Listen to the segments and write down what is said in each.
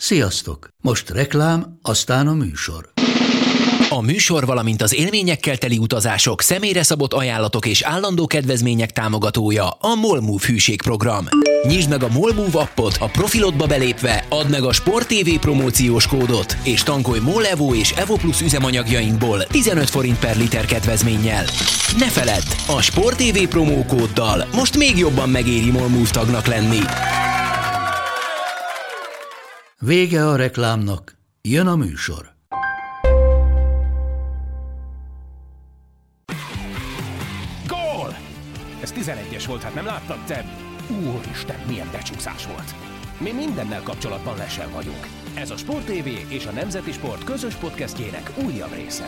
Sziasztok! Most reklám, aztán a műsor. A műsor, valamint az élményekkel teli utazások, személyre szabott ajánlatok és állandó kedvezmények támogatója a MOL Move hűségprogram. Nyisd meg a MOL Move appot, a profilodba belépve add meg a Sport TV promóciós kódot, és tankolj MOL Evo és Evo Plus üzemanyagjainkból 15 forint per liter kedvezménnyel. Ne feledd, a Sport TV promókóddal most még jobban megéri MOL Move tagnak lenni. Vége a reklámnak, jön a műsor. Gól! Ez 11-es volt, hát nem láttad te? Úristen, milyen becsúszás volt! Mi mindennel kapcsolatban lesen vagyunk. Ez a Sport TV és a Nemzeti Sport közös podcastjének újabb része.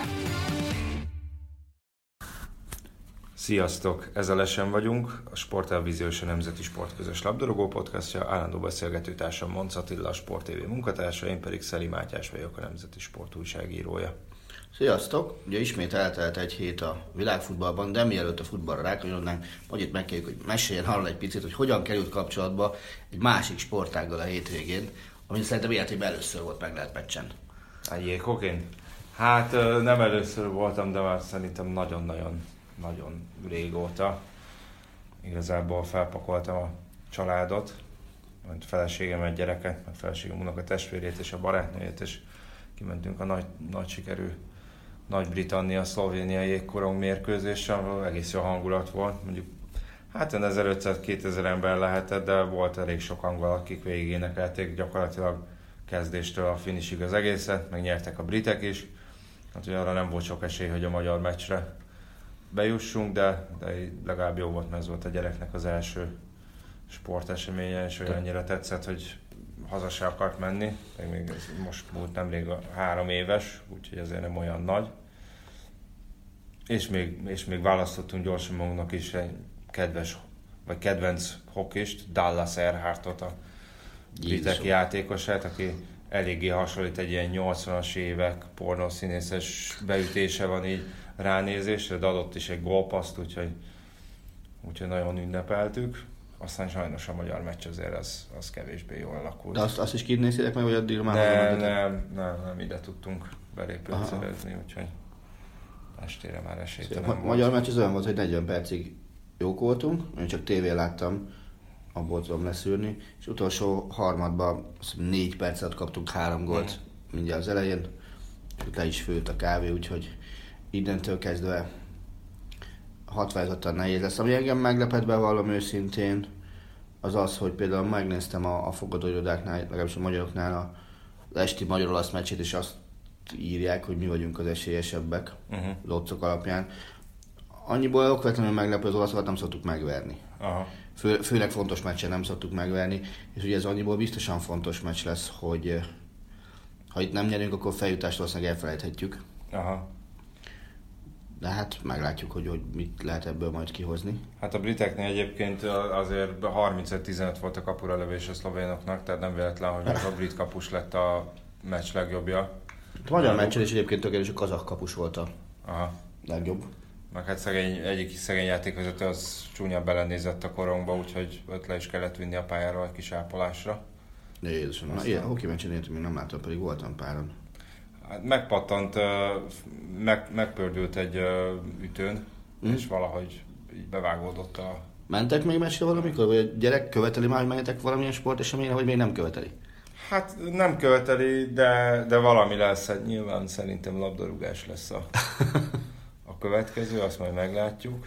Sziasztok! Ez a Lesen vagyunk, a Sporttelevízió és a Nemzeti Sport közös labdarúgó podcastja, állandó beszélgetőtársam Monc Attila, a Sport TV munkatársa, én pedig Szeli Mátyás vagyok, a Nemzeti Sport újságírója. Sziasztok! Ugye ismét eltelt egy hét a világfutballban, de mielőtt a futballra rákanyolodnánk, itt megkérjük, hogy meséljen arról egy picit, hogy hogyan került kapcsolatba egy másik sportággal a hétvégén, ami szerintem életében először volt meg lehet meccsen. Oké. Hát nem először voltam, de már szerintem nagyon régóta. Igazából felpakoltam a családot, a feleségemet, gyereket, meg feleségem unokatestvérét és a barátnőjét, és kimentünk a nagy sikerű Nagy-Britannia-Szlovénia jégkorong mérkőzésre, ahol egész jó hangulat volt. Mondjuk hát 1500-2000 ember lehetett, de volt elég sok angol, akik végigénekelték gyakorlatilag kezdéstől a finishig az egészet, meg nyertek a britek is. Hát ugye arra nem volt sok esély, hogy a magyar meccsre bejussunk, de legalább jó volt, mert ez volt a gyereknek az első sporteseménye, és olyannyira tetszett, hogy haza se akart menni. Még most múlt nemrég 3 éves, úgyhogy azért nem olyan nagy. És még választottunk gyorsan magunknak is egy kedvenc hokist, Dallas Earhartot, a britek játékosát, aki eléggé hasonlít egy ilyen 80-as évek pornószínészes beütése van így ránézésre, de adott is egy gólpasszt, úgyhogy nagyon ünnepeltük. Aztán sajnos a magyar meccs azért az kevésbé jól alakult. De azt is kinéztétek meg, vagy addig már? Nem, ide tudtunk belépőt szerezni, úgyhogy estére már esélytelen volt. A magyar meccs az olyan volt, hogy 40 percig jók voltunk, én csak tévén láttam, abból tudom leszűrni, és utolsó harmadban 4 percet kaptunk 3 gólt mindjárt az elején, és le is főtt a kávé, úgyhogy innentől kezdve hatványozottan nehéz lesz. Ami engem meglepett, bevallom őszintén, az, hogy például megnéztem a fogadóirodáknál, legalábbis a magyaroknál az esti magyar-olasz meccsét, és azt írják, hogy mi vagyunk az esélyesebbek az otcok alapján. Annyiból okvetlenül meglepő, hogy az olaszokat nem szoktuk megverni. Aha. Főleg fontos meccsen nem szoktuk megverni, és ugye ez annyiból biztosan fontos meccs lesz, hogy ha itt nem nyerünk, akkor feljutást valószínűleg elfelejthetjük. Aha. De hát meglátjuk, hogy mit lehet ebből majd kihozni. Hát a briteknél egyébként azért 35-15 volt a kapura lövés a szlovénoknak, tehát nem véletlen, hogy a brit kapus lett a meccs legjobbja. A magyar meccsen is egyébként tökéletes, a kazakh kapus volt a legjobb. Meg hát egyik szegény játékvezető az csúnyán belenézett a korongba, úgyhogy őt le is kellett vinni a pályáról egy kis ápolásra. Jézusom, ilyen hoki meccsen még nem láttam, pedig voltam páron. Hát megpattant, megpördült egy ütőn, és valahogy így bevágódott a... Mentek még meccsre valamikor? Vagy a gyerek követeli már, hogy menjetek valamilyen sporteseményre, vagy még nem követeli? Hát nem követeli, de valami lesz. Hát nyilván szerintem labdarúgás lesz a következő, azt majd meglátjuk.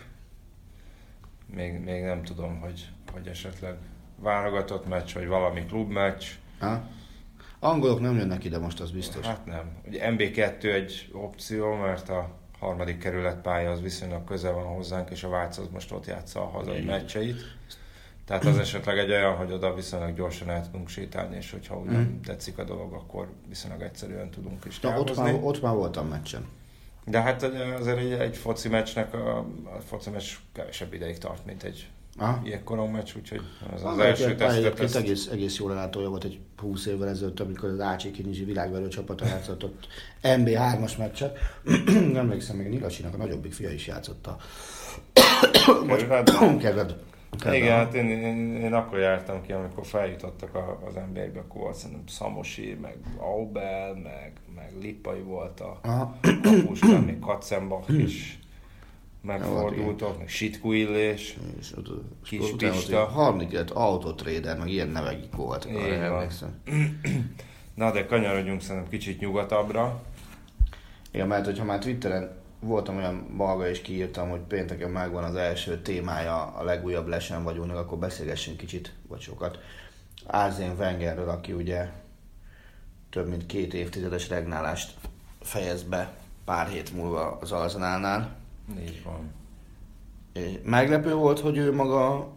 Még nem tudom, hogy esetleg válogatott meccs, vagy valami klubmeccs. Angolok nem jönnek ide most, az biztos. Hát nem. Ugye MB2 egy opció, mert a 3. kerület pálya az viszonylag közel van hozzánk, és a Vác az most ott játsza a hazai meccseit. Tehát az esetleg egy olyan, hogy oda viszonylag gyorsan el tudunk sétálni, és hogyha úgy nem tetszik a dolog, akkor viszonylag egyszerűen tudunk is távozni. Ott már voltam meccsen. De hát azért egy foci meccsnek a foci meccs kevesebb ideig tart, mint egy jégkorong meccs, úgyhogy az első tesztet... Egész jól látója volt egy 20 évvel ezelőtt, amikor az Ácsi Kinyizsi világverő csapata játszott ott MB3-as meccset. Emlékszem, még Nilasinak a nagyobbik fia is játszott a... Kedved. Igen, hát én akkor jártam ki, amikor feljutottak az NBA-be, akkor volt szerintem Szamosi, meg Aubel, meg Lippai volt a kapus, még Katzenbach is megfordultak, meg Sitku Illés, Kis Pista. Harmadik lett Autotrader, meg ilyen nevek voltak, arra emlékszem. Na de kanyarodjunk szerintem kicsit nyugatabbra. Igen, mert hogyha már Twitteren voltam olyan maga és kiírtam, hogy pénteken megvan az első témája a legújabb lesen vagyónak, akkor beszélgessünk kicsit, vagy sokat. Arsene Wengerről, aki ugye több mint 2 évtizedes regnálást fejez be pár hét múlva az Arsenalnál. Így van. Meglepő volt, hogy ő maga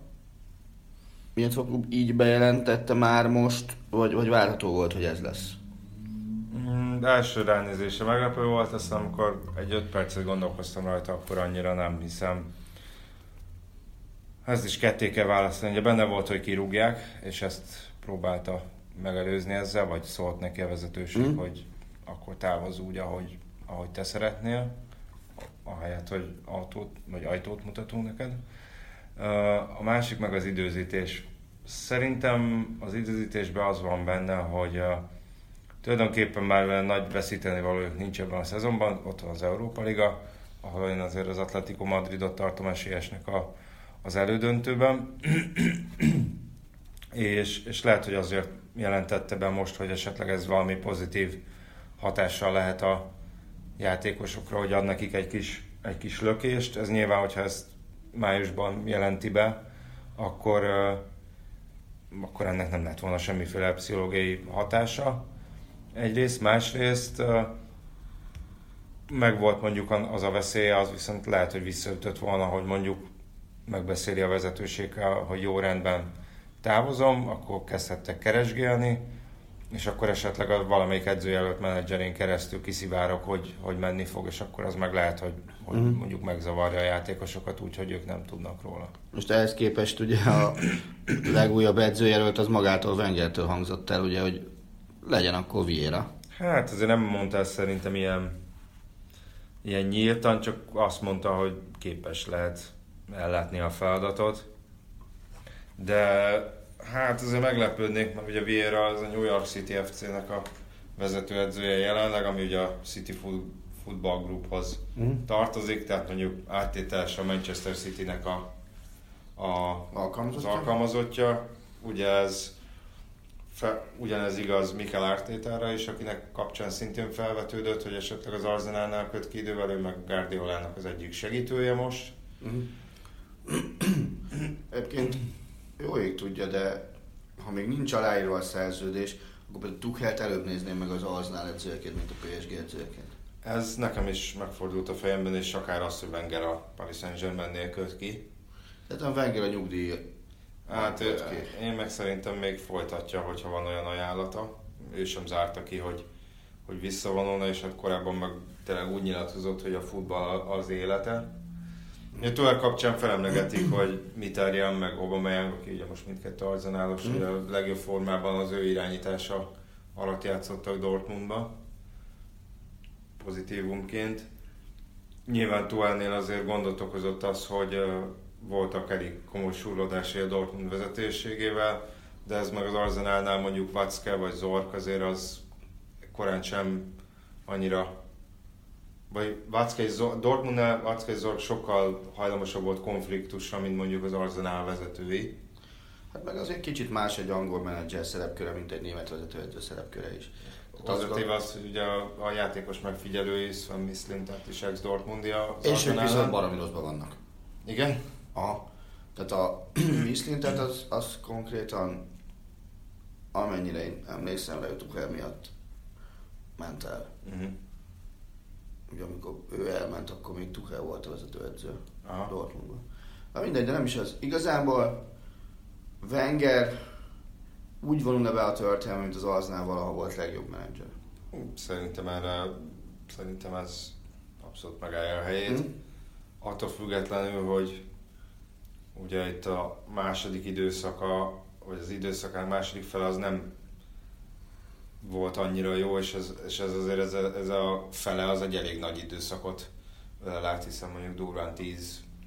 így bejelentette már most, vagy várható volt, hogy ez lesz? Első ránézésre meglepő volt, aztán amikor egy 5 percet gondolkoztam rajta, akkor annyira nem hiszem. Ezt is ketté kell választani. Ugye benne volt, hogy kirúgják, és ezt próbálta megelőzni ezzel, vagy szólt neki a vezetőség, hogy akkor távozz úgy, ahogy te szeretnél, ahelyett, hogy ajtót mutatunk neked. A másik meg az időzítés. Szerintem az időzítésben az van benne, hogy tulajdonképpen már nagy veszíteni valójuk nincs ebben a szezonban, ott van az Európa Liga, ahol én azért az Atletico Madridot tartom esélyesnek az elődöntőben, és lehet, hogy azért jelentette be most, hogy esetleg ez valami pozitív hatással lehet a játékosokra, hogy ad nekik egy kis lökést. Ez nyilván, hogyha ezt májusban jelenti be, akkor ennek nem lett volna semmiféle pszichológiai hatása. Egyrészt, másrészt meg volt mondjuk az a veszélye, az viszont lehet, hogy visszaütött volna, hogy mondjuk megbeszéli a vezetőséggel, hogy jó, rendben távozom, akkor kezdhettek keresgélni, és akkor esetleg valamelyik edzőjelölt menedzserén keresztül kiszivárok, hogy menni fog, és akkor az meg lehet, hogy mondjuk megzavarja a játékosokat úgy, hogy ők nem tudnak róla. Most ehhez képest ugye a legújabb edzőjelölt az magától Wengertől hangzott el, ugye, hogy legyen akkor Vieira. Hát azért nem mondta ezt szerintem ilyen nyíltan, csak azt mondta, hogy képes lehet ellátni a feladatot. De hát azért meglepődnék, mert ugye Vieira az a New York City FC-nek a vezetőedzője jelenleg, ami ugye a City Football Grouphoz tartozik, tehát mondjuk áttételes a Manchester City-nek az alkalmazottja. Ugye ugyanez igaz Mikel Artétára is, akinek kapcsán szintén felvetődött, hogy esetleg az Arsenalnál köt ki idővel, ő meg Guardiolának az egyik segítője most. Egyébként jó ég tudja, de ha még nincs aláírva a szerződés, akkor például Tuchelt előbb nézném meg az Arsenal edzőjeket, mint a PSG edzőjeket. Ez nekem is megfordult a fejemben, és akár az, hogy Wenger a Paris Saint-Germainnél köt ki. Tehát a Wenger a nyugdíj. Hát én meg szerintem még folytatja, hogyha van olyan ajánlata. Ő sem zárta ki, hogy visszavonulna, és hát korábban meg tényleg úgy nyilatkozott, hogy a futball az élete. Tőle kapcsán felemlegetik, hogy Mkhitaryan meg Aubameyang, aki ugye most mindkettő arzenálos, ugye a legjobb formában az ő irányítása alatt játszottak Dortmundba, pozitívumként. Nyilván Tuchelnél azért gondot okozott az, hogy voltak elég komoly surlódásai a Dortmund vezetőségével, de ez meg az Arsenalnál mondjuk Watzke vagy Zorc azért az korán sem annyira, vagy Dortmundnál Watzke és Zorc sokkal hajlamosabb volt konfliktusra, mint mondjuk az Arsenal vezetői. Hát meg azért kicsit más egy angol menedzser szerepköre, mint egy német vezetőedző szerepköre is. Pozitív az, hogy ugye a játékos megfigyelői, Sven Mislintat is ex-Dortmundia. És ők viszont baromi rosszban vannak. Igen? Aha. Tehát a Mislintat az konkrétan, amennyire én emlékszem, Tuchel miatt ment el. Ugye amikor ő elment, akkor még Tuchel volt a vezetőedző Dortmundban. Na mindegy, de nem is az. Igazából Wenger úgy vonulna be a történelme, mint az Arsenal valaha volt legjobb menedzser. Szerintem ez abszolút megállja a helyét. Attól függetlenül, hogy ugye itt a második időszaka, vagy az időszakán második fele az nem volt annyira jó, és ez azért ez a fele az egy elég nagy időszakot lát, hiszen mondjuk durván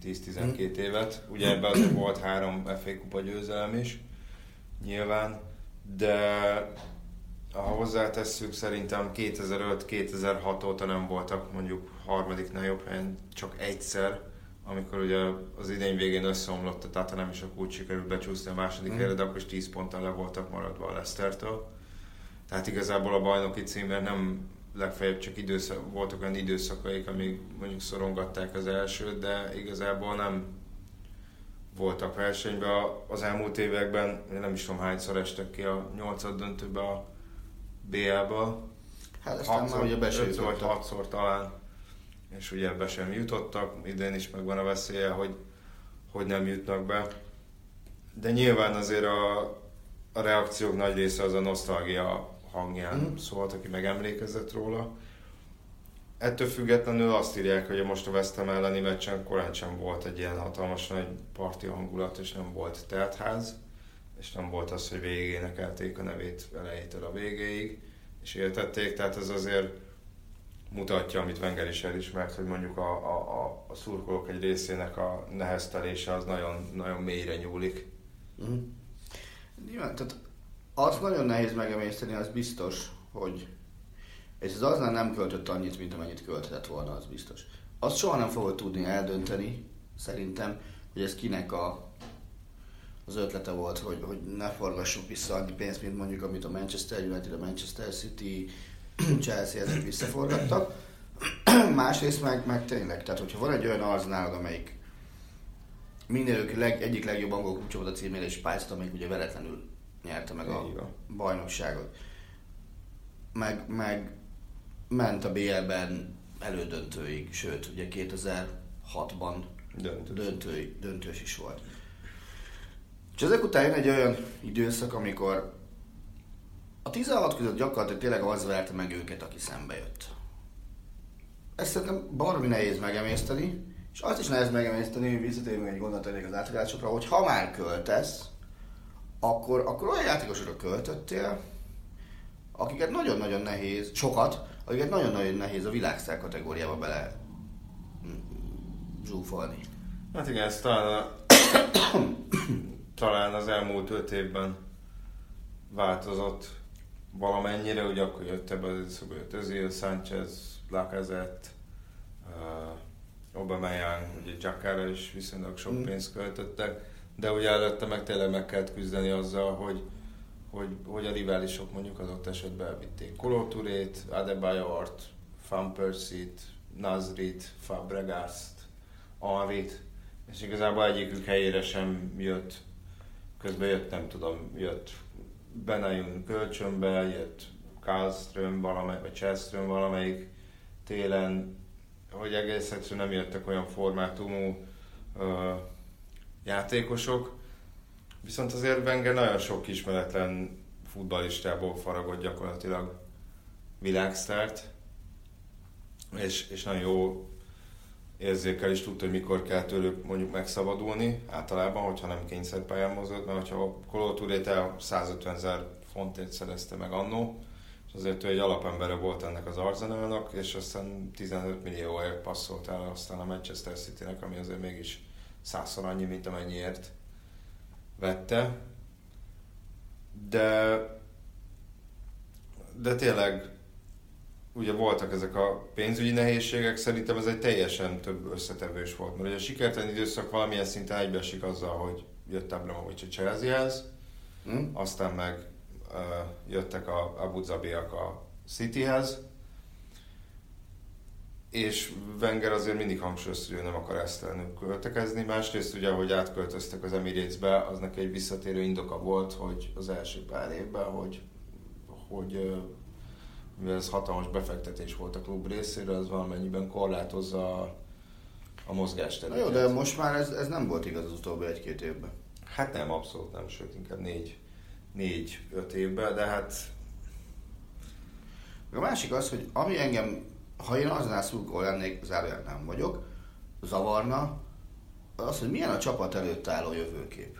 10-12 évet. Ugye ebben azért volt 3 FA kupa győzelem is, nyilván, de ha hozzátesszük, szerintem 2005-2006 óta nem voltak mondjuk harmadiknál jobb helyen, csak egyszer, amikor ugye az idény végén összeomlott, tehát nem is akkor úgy sikerült becsúszni a második helyre, de akkor is 10 ponttal le voltak maradva a Leicestertől. Tehát igazából a bajnoki címért nem legfeljebb csak voltak olyan időszakaik, amíg mondjuk szorongatták az elsőt, de igazából nem voltak versenyben. Az elmúlt években, nem is tudom hányszor estek ki a 8. döntőbe a BL-ba. Hát aztán már ugye be sem jutottak. 6-szor talán, és ugye be sem jutottak. Idén is megvan a veszélye, hogy nem jutnak be. De nyilván azért a reakciók nagy része az a nosztalgia hangján szólt, aki megemlékezett róla. Ettől függetlenül azt írják, hogy most a West Ham elleni meccsen korán sem volt egy ilyen hatalmas nagy parti hangulat, és nem volt teltház, és nem volt az, hogy végigénekelték a nevét elejétől a végéig, és éltették, tehát ez azért mutatja, amit Wenger is elismert, hogy mondjuk a szurkolók egy részének a neheztelése az nagyon, nagyon mélyre nyúlik. Nyilván, tehát az nagyon nehéz megemészteni, az biztos, hogy és az aznál nem költött annyit, mint amennyit költhetett volna, az biztos. Azt soha nem fogod tudni eldönteni, szerintem, hogy ez kinek az ötlete volt, hogy ne forgassuk vissza annyi pénzt, mint mondjuk, amit a Manchester United, a Manchester City, Chelsea ezek visszaforgattak. Másrészt meg tényleg, tehát hogyha van egy olyan Arsenalod, amelyik mindenők egyik legjobb angol klubcsapat a címére, és Spice-t, amelyik ugye veretlenül nyerte meg a bajnokságot. Meg ment a BL-ben elődöntőig, sőt, ugye 2006-ban döntős is volt. És ezek után jön egy olyan időszak, amikor a 16 között gyakorlatilag tényleg az verte meg őket, aki szembe jött. Ezt szerintem baromi nehéz megemészteni, és azt is nehéz megemészteni, hogy visszatérünk egy gondot elég az átragásokra, hogy ha már költesz, akkor olyan játékosokra költöttél, akiket nagyon-nagyon nehéz, akiket nagyon-nagyon nehéz a világsztár kategóriába bele zsúfolni. Hát igen, ez talán az elmúlt 5 évben változott valamennyire, ugye akkor jött ebbe az időszakban, jött Özil, Sánchez, Lacazette, Aubameyang, ugye Xhakára is viszonylag sok pénzt költöttek, de ugye előtte meg tényleg meg kellett küzdeni azzal, hogy a riválisok mondjuk adott esetben elvitték Kolo Tourét, Adebayort, Van Persie-t, Nasrit, Fabregas-t, Henryt, és igazából egyikük helyére sem jött. Közben jött Benayoun kölcsönbe, jött Karlström vagy Chelström valamelyik télen, hogy egész egyszerűen nem jöttek olyan formátumú játékosok. Viszont azért Wenger nagyon sok ismeretlen futballistából faragott gyakorlatilag világsztárt, és nagyon jó érzékel is tudta, hogy mikor kell tőlük mondjuk megszabadulni, általában, hogyha nem kényszerpályán mozott, mert hogyha a Kolo Tourét 150 000 fontért szerezte meg annó, és azért ő egy alapembere volt ennek az Arsenalnak, és aztán 15 millióért passzolt el aztán a Manchester Citynek, ami azért mégis 100-szor annyi, mint amennyiért vette. De tényleg ugye voltak ezek a pénzügyi nehézségek, szerintem ez egy teljesen több összetevős volt, mert ugye a sikertelen időszak valamilyen szinten egybeesik azzal, hogy jött Abramovich a Chelseahez, aztán meg jöttek a Abu Dhabiak a Cityhez, és Wenger azért mindig hangsúlyozta, hogy ő nem akar esztelenül költekezni. Másrészt ugye, ahogy átköltöztek az Emirates-be, az neki egy visszatérő indoka volt, hogy az első pár évben, hogy mivel ez hatalmas befektetés volt a klub részéről, az valamennyiben korlátozza a mozgásterüket. Jó, de most már ez nem volt igaz az utóbbi 1-2 évben. Hát nem, abszolút nem, sőt inkább 4-5 évben, de hát... A másik az, hogy ami engem, ha én aznál szurkoló lennék, zárójel nem vagyok, zavarna, az, hogy milyen a csapat előtt álló jövőkép.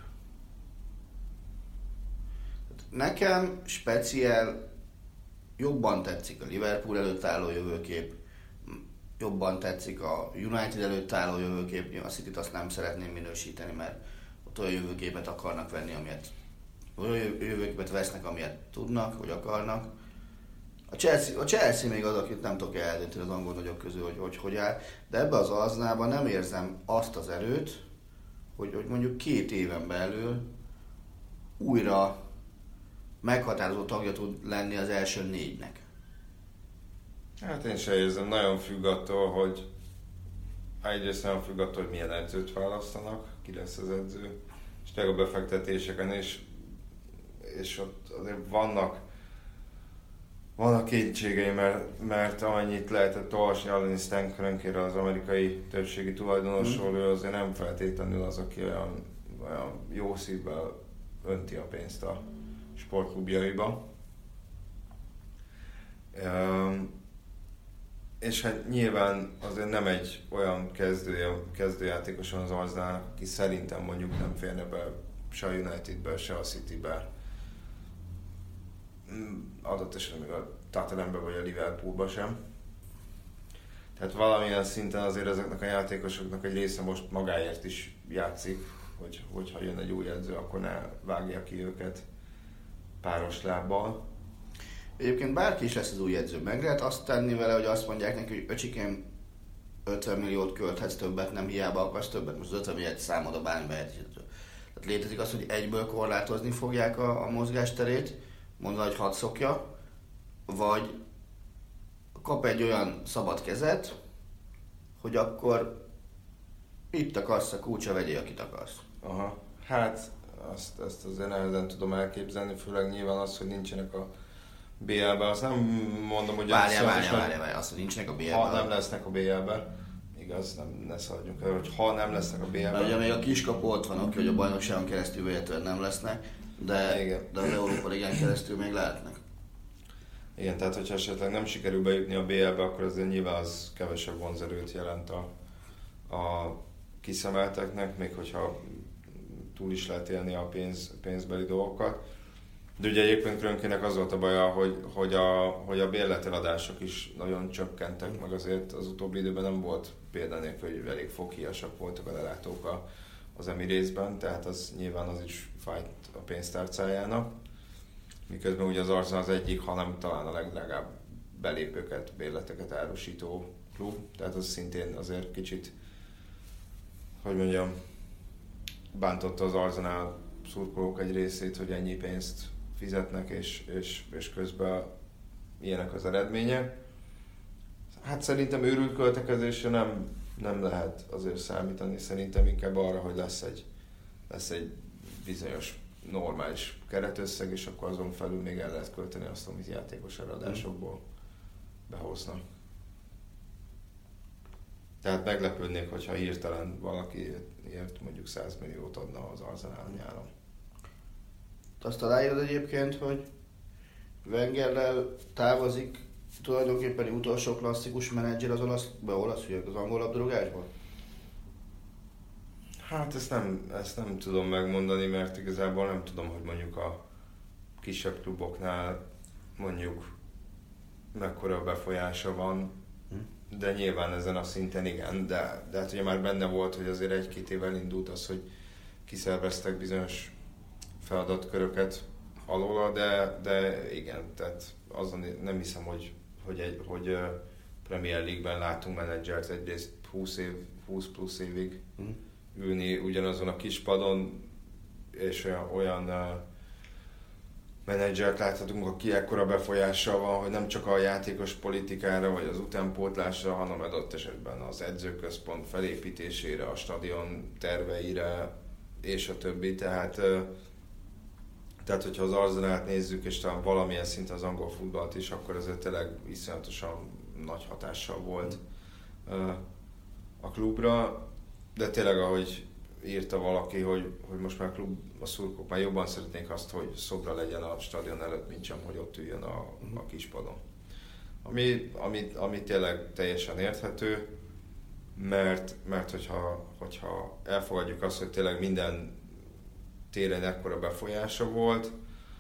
Nekem speciál jobban tetszik a Liverpool előtt álló jövőkép, jobban tetszik a United előtt álló jövőkép, a Cityt azt nem szeretném minősíteni, mert ott olyan jövőképet akarnak venni, olyan jövőképet vesznek, amilyet tudnak, vagy akarnak. A Chelsea még az, akit nem tudok eldönteni az angol nagyok közül, hogy áll, de ebbe az Arsenalban nem érzem azt az erőt, hogy mondjuk 2 éven belül újra meghatározó tagja tud lenni az első 4-nek. Hát én sem érzem, nagyon függ attól, hogy egyrészt nagyon függ attól, hogy milyen edzőt választanak, ki lesz az edző, és tényleg a befektetéseken is, és ott azért vannak kétségei, mert amennyit lehetett olvasni Alan Stenkerenkére, az amerikai többségi tulajdonosról, ő azért nem feltétlenül az, aki olyan jó szívvel önti a pénzt a sportklubjaiba. És hát nyilván azért nem egy olyan kezdőjátékos van az Arsenalnak, aki szerintem mondjuk nem férne be se a Unitedbe, se a Citybe. Adott esetben még a Tottenhambe vagy a Liverpoolba sem. Tehát valamilyen szinten azért ezeknek a játékosoknak egy része most magáért is játszik, hogyha jön egy új edző, akkor ne vágja ki őket páros lábbal. Egyébként bárki is lesz az új edző, meg lehet azt tenni vele, hogy azt mondják neki, hogy öcsikém, 50 milliót költhetsz többet, nem hiába akarsz többet, most az 50 milliót számod a bármibe helyetíthető. Tehát létezik az, hogy egyből korlátozni fogják a mozgásterét, mondva, hogy hadd szokja, vagy kap egy olyan szabad kezet, hogy akkor itt akarsz a kulcsa, vegyél, akit akarsz. Aha, hát ezt azért nehezen tudom elképzelni, főleg nyilván az, hogy nincsenek a BL-ben, azt nem mondom, hogy... Várjál, azt, hogy nincsenek a BL-ben. Ha nem lesznek a BL-ben, igaz, ne szaladjunk el, hogy ha nem lesznek a BL-ben... Ugye még a kiskapu ott van, oké, hogy a bajnokságon keresztül véletlenül nem lesznek, de az Európa Ligán keresztül még lehetnek. Igen, tehát hogyha esetleg nem sikerül bejutni a BL-be, akkor azért nyilván az kevesebb vonzerőt jelent a kiszemelteknek, még hogyha túl is lehet élni a pénzbeli dolgokat. De ugye egyébként Krönkének az volt a baja, hogy a bérleteladások is nagyon csökkentek, meg azért az utóbbi időben nem volt példanélkül, hogy elég foghíjasak voltak a lelátók az Emiratesben, tehát az nyilván az is fájt a pénztárcájának. Miközben ugye az Arsenal az egyik, hanem talán a legdrágább belépőket, bérleteket árusító klub, tehát az szintén azért kicsit, hogy mondjam, bántotta az Arsenal szurkolók egy részét, hogy ennyi pénzt fizetnek, és közben ilyenek az eredmények. Hát szerintem őrült költekezésre nem lehet azért számítani, szerintem inkább arra, hogy lesz egy bizonyos normális keretösszeg, és akkor azon felül még el lehet költeni azt, amit játékos eladásokból behoznak. Tehát meglepődnék, hogyha hirtelen valakiért mondjuk 100 milliót adna az Arsenal nyáron. Azt aláírod egyébként, hogy Wengerrel távozik tulajdonképpen utolsó klasszikus menedzser az olasz, az angol labdarúgásból? Hát ezt nem tudom megmondani, mert igazából nem tudom, hogy mondjuk a kisebb kluboknál mondjuk mekkora befolyása van, de nyilván ezen a szinten igen, de hát ugye már benne volt, hogy azért 1-2 évvel indult az, hogy kiszerveztek bizonyos feladatköröket alóla, de igen, tehát azon nem hiszem, hogy Premier League-ben látunk menedzsert egyrészt 20 plusz évig ülni ugyanazon a kispadon, és olyan menedzsert láthatunk, aki ekkora befolyással van, hogy nem csak a játékos politikára vagy az utánpótlásra, hanem adott esetben az edzőközpont felépítésére, a stadion terveire és a többi. Tehát hogyha az Arsenalt nézzük, és talán valamilyen szinten az angol futballt is, akkor ez tényleg iszonyatosan nagy hatással volt a klubra. De tényleg, ahogy írta valaki, hogy most már a szurkolók már jobban szeretnék azt, hogy szobra legyen a stadion előtt, mint sem, hogy ott üljön a kispadon. Ami tényleg teljesen érthető, mert hogyha elfogadjuk azt, hogy tényleg minden téren ekkora befolyása volt,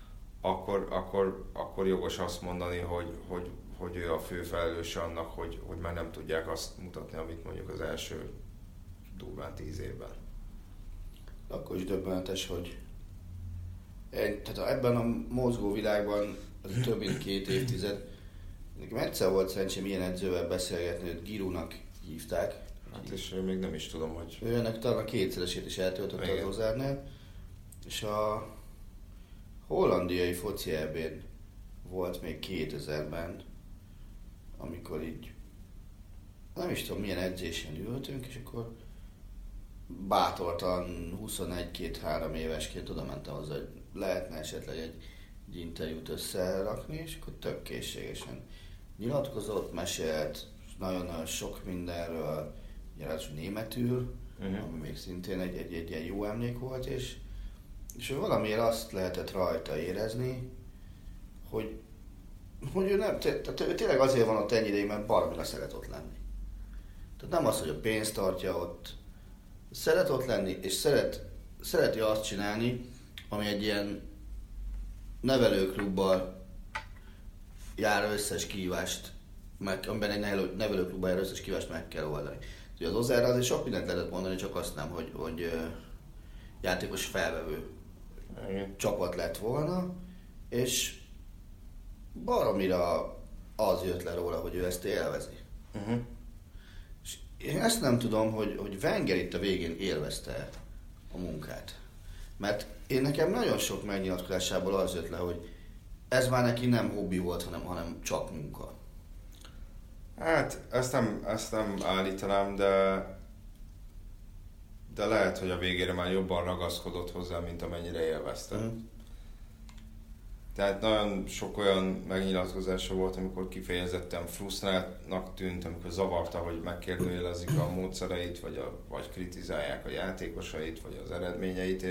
akkor jogos azt mondani, hogy ő a fő felelőse annak, hogy már nem tudják azt mutatni, amit mondjuk az első durván 10 évben. Akkor is döbbenetes, hogy tehát ebben a mozgó világban az több mint 2 évtized. Nekem egyszer volt szerencsém ilyen edzővel beszélgetni, hogy Giroudnak hívták. Hát és én még nem is tudom, hogy... Ő ennek talán a 2-szeresét is eltöltötte az Ozárnál. És a hollandiai foci EB-n volt még 2000-ben, amikor így nem is tudom milyen edzésen ültünk, és akkor bátortan 21-2-3 évesként oda mentem hozzá, hogy lehetne esetleg egy interjút összerakni, és akkor tök készségesen nyilatkozott, mesélt nagyon-nagyon sok mindenről, ráadásul németül, ami még szintén egy ilyen jó emlék volt, és valamiért azt lehetett rajta érezni, hogy ő nem, tehát ő tényleg azért van ott ennyi ideig, mert baromira szeret ott lenni. Tehát nem az, hogy a pénzt tartja ott, szeret ott lenni, és szereti azt csinálni, ami egy ilyen nevelőklubbal jár összes kihívást, amiben egy nevelőklubban jár összes kihívást meg kell oldani. Ugye az Ozárra azért sok mindent lehetett mondani, csak azt nem, hogy játékos felvevő csapat lett volna, és baromira az jött le róla, hogy ő ezt élvezi. És én ezt nem tudom, hogy Wenger itt a végén élvezte a munkát. Mert én nekem nagyon sok megnyilatkozásából az jött le, hogy ez már neki nem hobbi volt, hanem csak munka. Hát ezt nem állítanám, de lehet, hogy a végére már jobban ragaszkodott hozzá, mint amennyire élvezte. Tehát nagyon sok olyan megnyilatkozása volt, amikor kifejezetten frusztráltnak tűnt, amikor zavarta, hogy megkérdőjelezik a módszereit, vagy kritizálják a játékosait, vagy az eredményeit,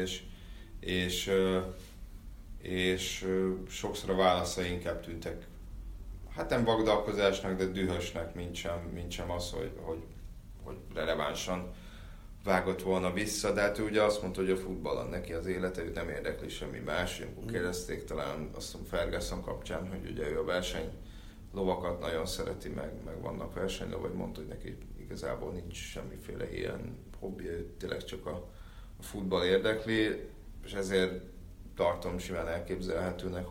és sokszor a válaszai inkább tűntek, hát nem vagdalkozásnak, de dühösnek, mint sem az, hogy relevánsan vágott volna vissza, de hát ő ugye azt mondta, hogy a futballon neki az élete, őt nem érdekli semmi más. Amikor kérdezték talán azt mondom Ferguson kapcsán, hogy ugye ő a versenylovakat nagyon szereti, meg vannak versenylovai, mondta, hogy neki igazából nincs semmiféle ilyen hobbi, tényleg csak a futball érdekli, és ezért tartom simán elképzelhetőnek,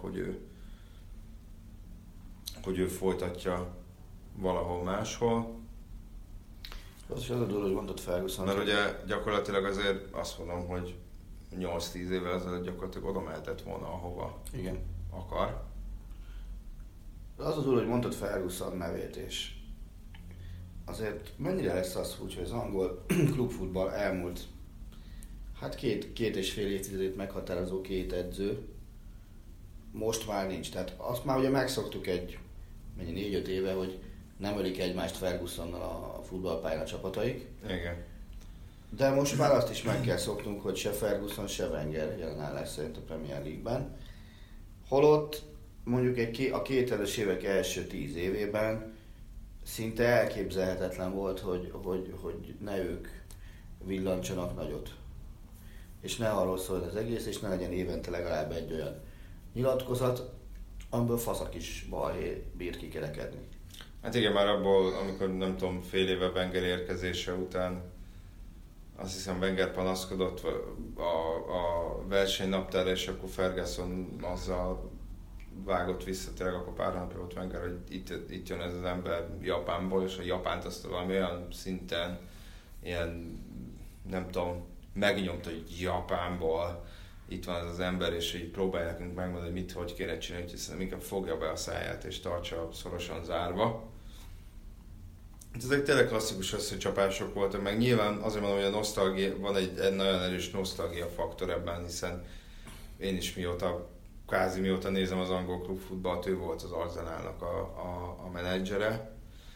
hogy ő folytatja valahol máshol. Az is az a dolog, hogy mondott Ferguson. Mert ugye gyakorlatilag azért azt mondom, hogy 8-10 évvel ezelőtt gyakorlatilag oda mehetett volna, ahova akar. Az a dolog, hogy mondott Ferguson nevét, és azért mennyire lesz az úgy, hogy az angol klubfutball elmúlt hát két és fél évtizedét meghatározó 2 edző most már nincs. Tehát azt már ugye megszoktuk 4-5 éve, hogy nem ölik egymást Fergusonnal a futballpályán a csapataik. Igen. De most már azt is meg kell szoknunk, hogy se Ferguson, se Wenger jelenállás szerint a Premier League-ben. Holott mondjuk a 2000-es évek első 10 évében szinte elképzelhetetlen volt, hogy ne ők villancsanak nagyot. És ne arról szóljon az egész, és ne legyen évente legalább egy olyan nyilatkozat, amiből faszak is balhé bír kikerekedni. Hát igen, már abból, amikor nem tudom, fél éve Wenger érkezése után azt hiszem Wenger panaszkodott a versenynaptárra, és akkor Ferguson azzal vágott vissza, tényleg akkor pár napja volt Wenger, hogy itt jön ez az ember Japánból, és a Japánt azt valami olyan szinten ilyen, nem tudom, megnyomta, hogy Japánból itt van ez az ember, és így próbálja nekünk megmondani, hogy hogy kéne csinálni, úgyhogy szerintem inkább fogja be a száját, és tartsa szorosan zárva. Ezek tényleg klasszikus összecsapások voltak, meg nyilván azért mondom, hogy a nosztalgia, van egy nagyon erős nosztalgia faktor ebben, hiszen én is mióta nézem az angol klubfutballt, ő volt az Arsenalnak a menedzsere.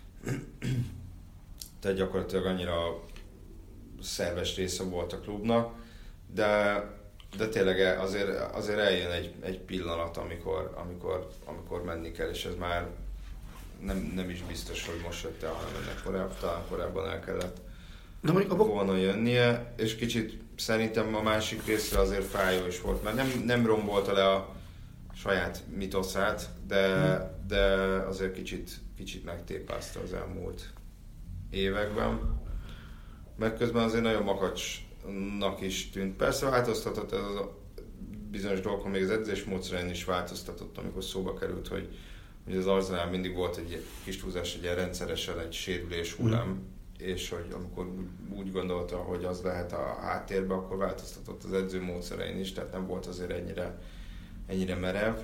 Tehát gyakorlatilag annyira szerves része volt a klubnak, de tényleg azért eljön egy pillanat, amikor menni kell, és ez már nem is biztos, hogy most jött el, hanem ennek korábban el kellett volna jönnie, és kicsit szerintem a másik részre azért fájó is volt, mert nem rombolta le saját mitoszát, de azért kicsit megtépázta az elmúlt években. Meg közben azért nagyon makacsnak is tűnt. Persze változtatott ez a bizonyos dolgokon, még az edzésmódszeren is változtatott, amikor szóba került, hogy az Arsenal mindig volt egy kis túlzás, egy ilyen rendszeresen egy sérülés hullám, és hogy amikor úgy gondolta, hogy az lehet a háttérbe, akkor változtatott az edzőmódszerein is, tehát nem volt azért ennyire merev,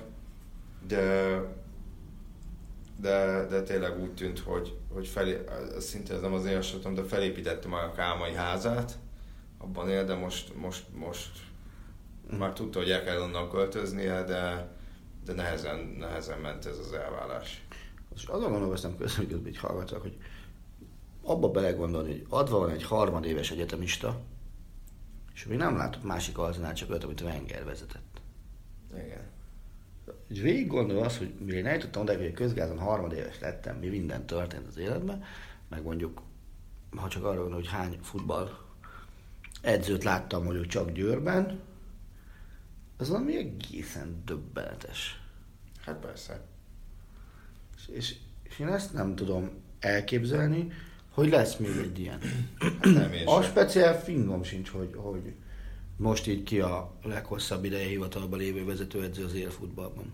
de tényleg úgy tűnt, hogy szinte ez nem az én javaslatom, de felépítette meg a Kálmai házát, abban él, de most már tudta, hogy el kell onnan költöznie, de nehezen ment ez az elválás. Most azon gondolkoztam közben így hallgatok, hogy abba belegondolni, hogy adva van egy harmadéves egyetemista, és még nem látott másik Arsenal, csak öt, amit Wenger vezetett. Igen. És végig gondol azt, hogy mire én eljutottam oda, hogy a közgázon harmadéves lettem, mi minden történt az életben, meg mondjuk, ha csak arra gondol, hogy hány futball edzőt láttam mondjuk csak Győrben, az valami egészen döbbenetes. Hát persze. És én ezt nem tudom elképzelni, hogy lesz még egy ilyen. Nem a speciál fingom sincs, hogy most így ki a leghosszabb ideje hivatalban lévő vezetőedző az élfutballban.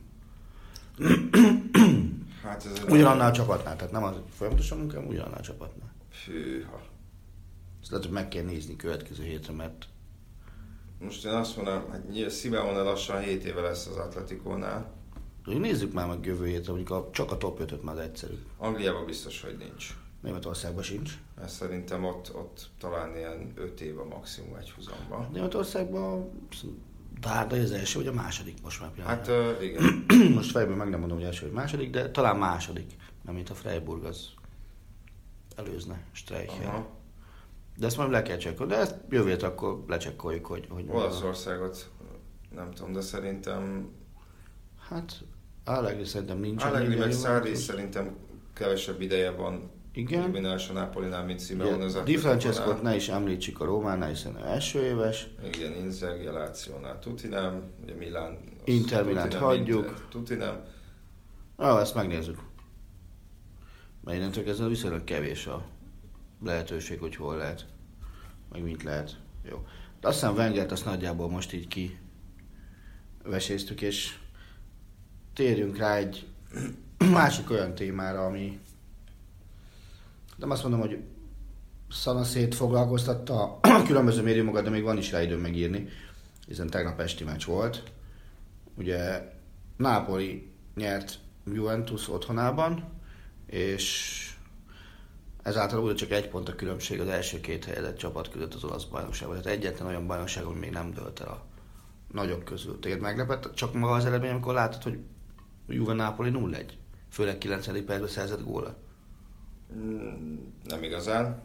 Hát ez ugyanannál a csapatnál, tehát nem az folyamatosan munkám, ugyanannál a csapatnál. Fűha. Ezt lehet, hogy meg kell nézni következő hétre, mert... Most én azt mondom, hogy Simeone lassan 7 éve lesz az Atleticónál. Nézzük már meg jövő hétre, mondjuk csak a top 5-öt már egyszerű. Angliában biztos, hogy nincs. Németországban sincs. Mert szerintem ott talán ilyen 5 év a maximum egy húzamban. Németországban Dárda az első, vagy a második most már. Hát igen. Most fejből meg nem mondom, hogy első vagy második, de talán második. Nem, mint a Freiburg, az előzne Streicher. De ezt majd le kell csekkolni, de ezt jövő hétre akkor lecsekkoljuk, hogy Olaszországot nem tudom, de szerintem... Hát Allegri szerintem nincs. Allegri meg Sarri szerintem kevesebb ideje van. Igen. Dominálás a Napolinál, mint Simeone az Di Francescót ne is említsük a Rómánál, hiszen első éves. Igen, Inzaghi a Lációnál tuti nem, ugye Milán... Inter Milánt hagyjuk. Tuti nem. Ezt megnézzük. Mert innentől kezdve viszonylag kevés a lehetőség, hogy hol lehet, meg mint lehet. Jó. De aztán Wengert azt nagyjából most így kiveséztük, és térjünk rá egy másik olyan témára, ami nem azt mondom, hogy szanaszét foglalkoztatta a különböző médiumokat, de még van is rá időm megírni, hiszen tegnap esti meccs volt. Ugye Napoli nyert Juventus otthonában, és ezáltal úgy csak egy pont a különbség az első két helyezett csapat között az olasz bajnokságban. Tehát egyetlen olyan bajnokság, ami még nem dölt el a nagyok közül. Téged meglepett csak maga az eredmény, amikor látod, hogy Juve Napoli 0-1, főleg 9. percben szerzett góla? Nem igazán.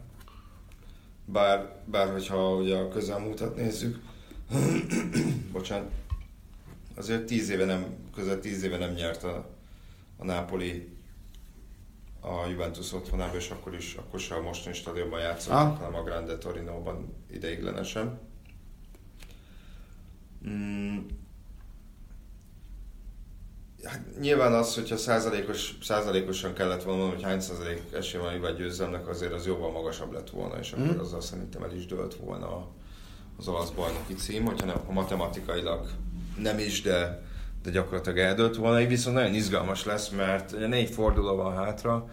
Bár hogyha ugye a közelmúltat nézzük, bocsánat, azért 10 éve nem nyert a Napoli a Juventus otthonában, és akkor sem a mostani stadionban játszottak, hanem a Grande Torinóban ideiglenesen. Hát nyilván az, hogyha százalékosan kellett volna mondani, hogy hány százalék esély van Juve győzelemnek, azért az jóval magasabb lett volna, és akkor azzal szerintem el is dőlt volna az olasz bajnoki cím, hogyha matematikailag nem is, de gyakorlatilag eldőlt volna. Így viszont nagyon izgalmas lesz, mert 4 forduló van hátra,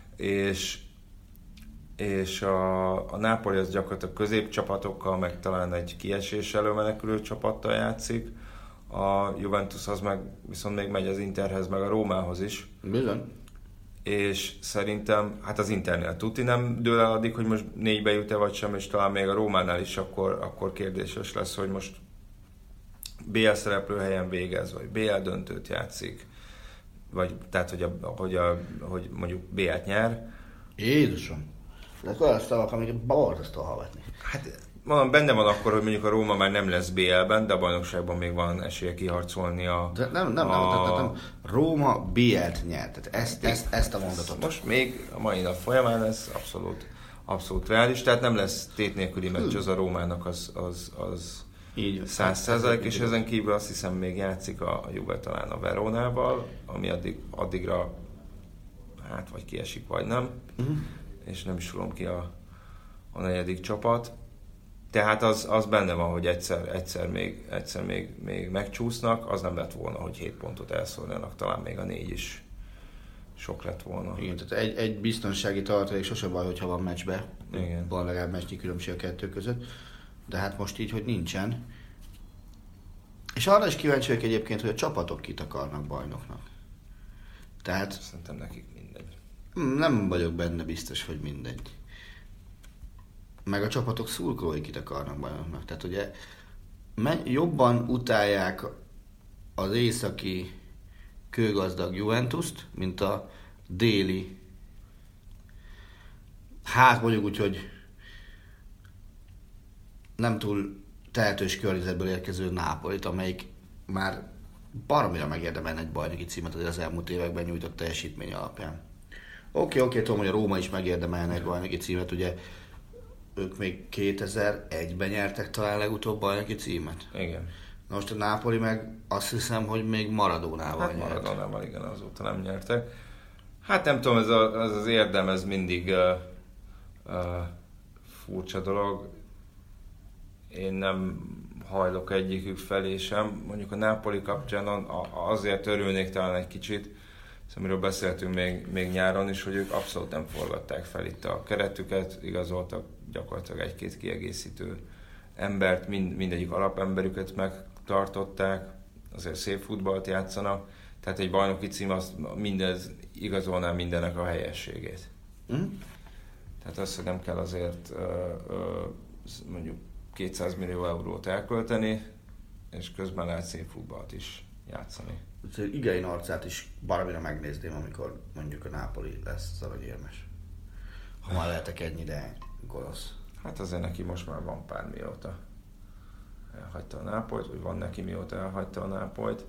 és a Napoli az gyakorlatilag középcsapatokkal, meg talán egy kiesés elől menekülő csapattal játszik. A Juventus az meg viszont még megy az Interhez, meg a Rómához is. Bizony. És szerintem, hát az Internél tuti nem dől el addig, hogy most 4-be jut-e vagy sem, és talán még a Rómánál is akkor kérdéses lesz, hogy most BL szereplőhelyen végez, vagy BL döntőt játszik, vagy tehát, hogy mondjuk BL-t nyer. Jézusom! De akkor olyan szavak, amiket borzasztó hallgatni. Hát mondom, benne van akkor, hogy mondjuk a Róma már nem lesz BL-ben, de a bajnokságban még van esélye kiharcolni De nem. Róma BL-t nyert. Tehát ezt a mondatot. Most még a mai nap folyamán ez abszolút reális, tehát nem lesz tét nélküli meccs, az a Rómának az Így 100%, és ezen kívül azt hiszem még játszik a Juve talán a Veronával, ami addigra hát vagy kiesik, vagy nem, és nem is tudom ki a negyedik csapat. Tehát az benne van, hogy egyszer még megcsúsznak, az nem lett volna, hogy 7 pontot elszórjanak, talán még a 4 is sok lett volna. Igen, tehát egy biztonsági tartalék sose baj, hogyha van meccsbe. Igen. Van legalább meccsnyi különbség a kettő között. De hát most így, hogy nincsen. És arra is kíváncsi vagyok egyébként, hogy a csapatok kit akarnak bajnoknak. Tehát Szerintem nekik mindegy. nem vagyok benne biztos, hogy mindegy. Meg a csapatok szurkolói kit akarnak bajnoknak. Tehát ugye jobban utálják az északi kőgazdag Juventust, mint a déli, hát mondjuk úgy, hogy nem túl tehetős környezetből érkező Nápolit, amelyik már baromira megérdemelne egy bajnoki címet az elmúlt években nyújtott teljesítmény alapján. Oké, tudom, hogy a Róma is megérdemelne egy bajnoki címet, ugye ők még 2001-ben nyertek talán legutóbb bajnoki címet. Igen. Na most a Nápoli meg azt hiszem, hogy még Maradónával nyert. Maradónával, igen, azóta nem nyertek. Hát nem tudom, ez az érdem, ez mindig furcsa dolog. Én nem hajlok egyikük felé sem. Mondjuk a Napoli kapcsán azért örülnék talán egy kicsit, amiről beszéltünk még nyáron is, hogy ők abszolút nem forgatták fel itt a keretüket, igazoltak gyakorlatilag egy-két kiegészítő embert, mindegyik alapemberüket megtartották, azért szép futballt játszanak, tehát egy bajnoki cím, mindez igazolná mindennek a helyességét. Tehát azt, hogy nem kell azért mondjuk 200 millió eurót elkölteni, és közben lehet szép futballt is játszani. Igein arcát is baromira megnézném, amikor mondjuk a Napoli lesz aranyérmes. Ha már lehetek ennyire gonosz. Hát azért neki most már van pár mióta elhagyta a Nápolyt, vagy van neki mióta elhagyta a Nápolyt.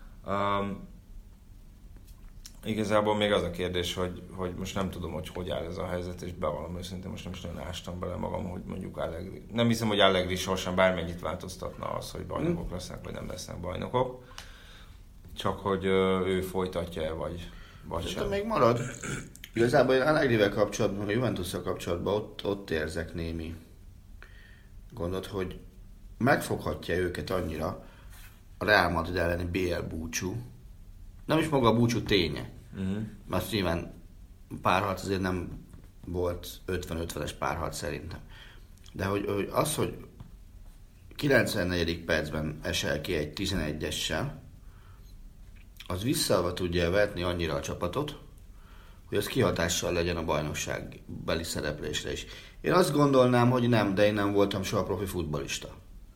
Igazából még az a kérdés, hogy most nem tudom, hogy áll ez a helyzet, és bevallom őszintén, most nem is nagyon ástam bele magam, hogy mondjuk Allegri. Nem hiszem, hogy Allegri sorsan bármennyit változtatna az, hogy bajnokok lesznek, vagy nem lesznek bajnokok. Csak hogy ő folytatja-e, vagy sem. Még marad. Igazából én Allegrivel kapcsolatban, a Juventusszal kapcsolatban ott érzek némi gondot, hogy megfoghatja őket annyira a Real Madrid elleni BL búcsú, nem is maga a búcsú ténye, mert nyilván párharc azért nem volt 50-50-es párharc szerintem. De hogy az, hogy 94. percben esel ki egy 11-essel, az visszaadva tudja vetni annyira a csapatot, hogy az kihatással legyen a bajnokságbeli szereplésre is. Én azt gondolnám, hogy nem, de én nem voltam soha profi futballista.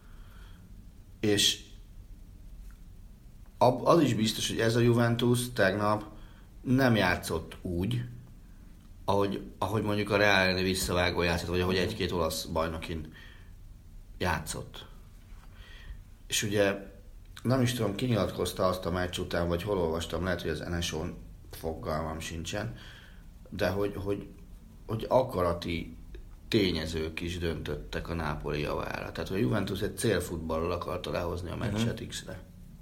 És az is biztos, hogy ez a Juventus tegnap nem játszott úgy, ahogy mondjuk a Real elleni visszavágó játszott, vagy ahogy egy-két olasz bajnokin játszott. És ugye nem is tudom, ki nyilatkozta azt a meccs után, vagy hol olvastam, lehet, hogy az NSO-n fogalmam sincsen, de hogy akarati tényezők is döntöttek a Napoli javára. Tehát, hogy a Juventus egy célfutballal akarta lehozni a meccset X-re.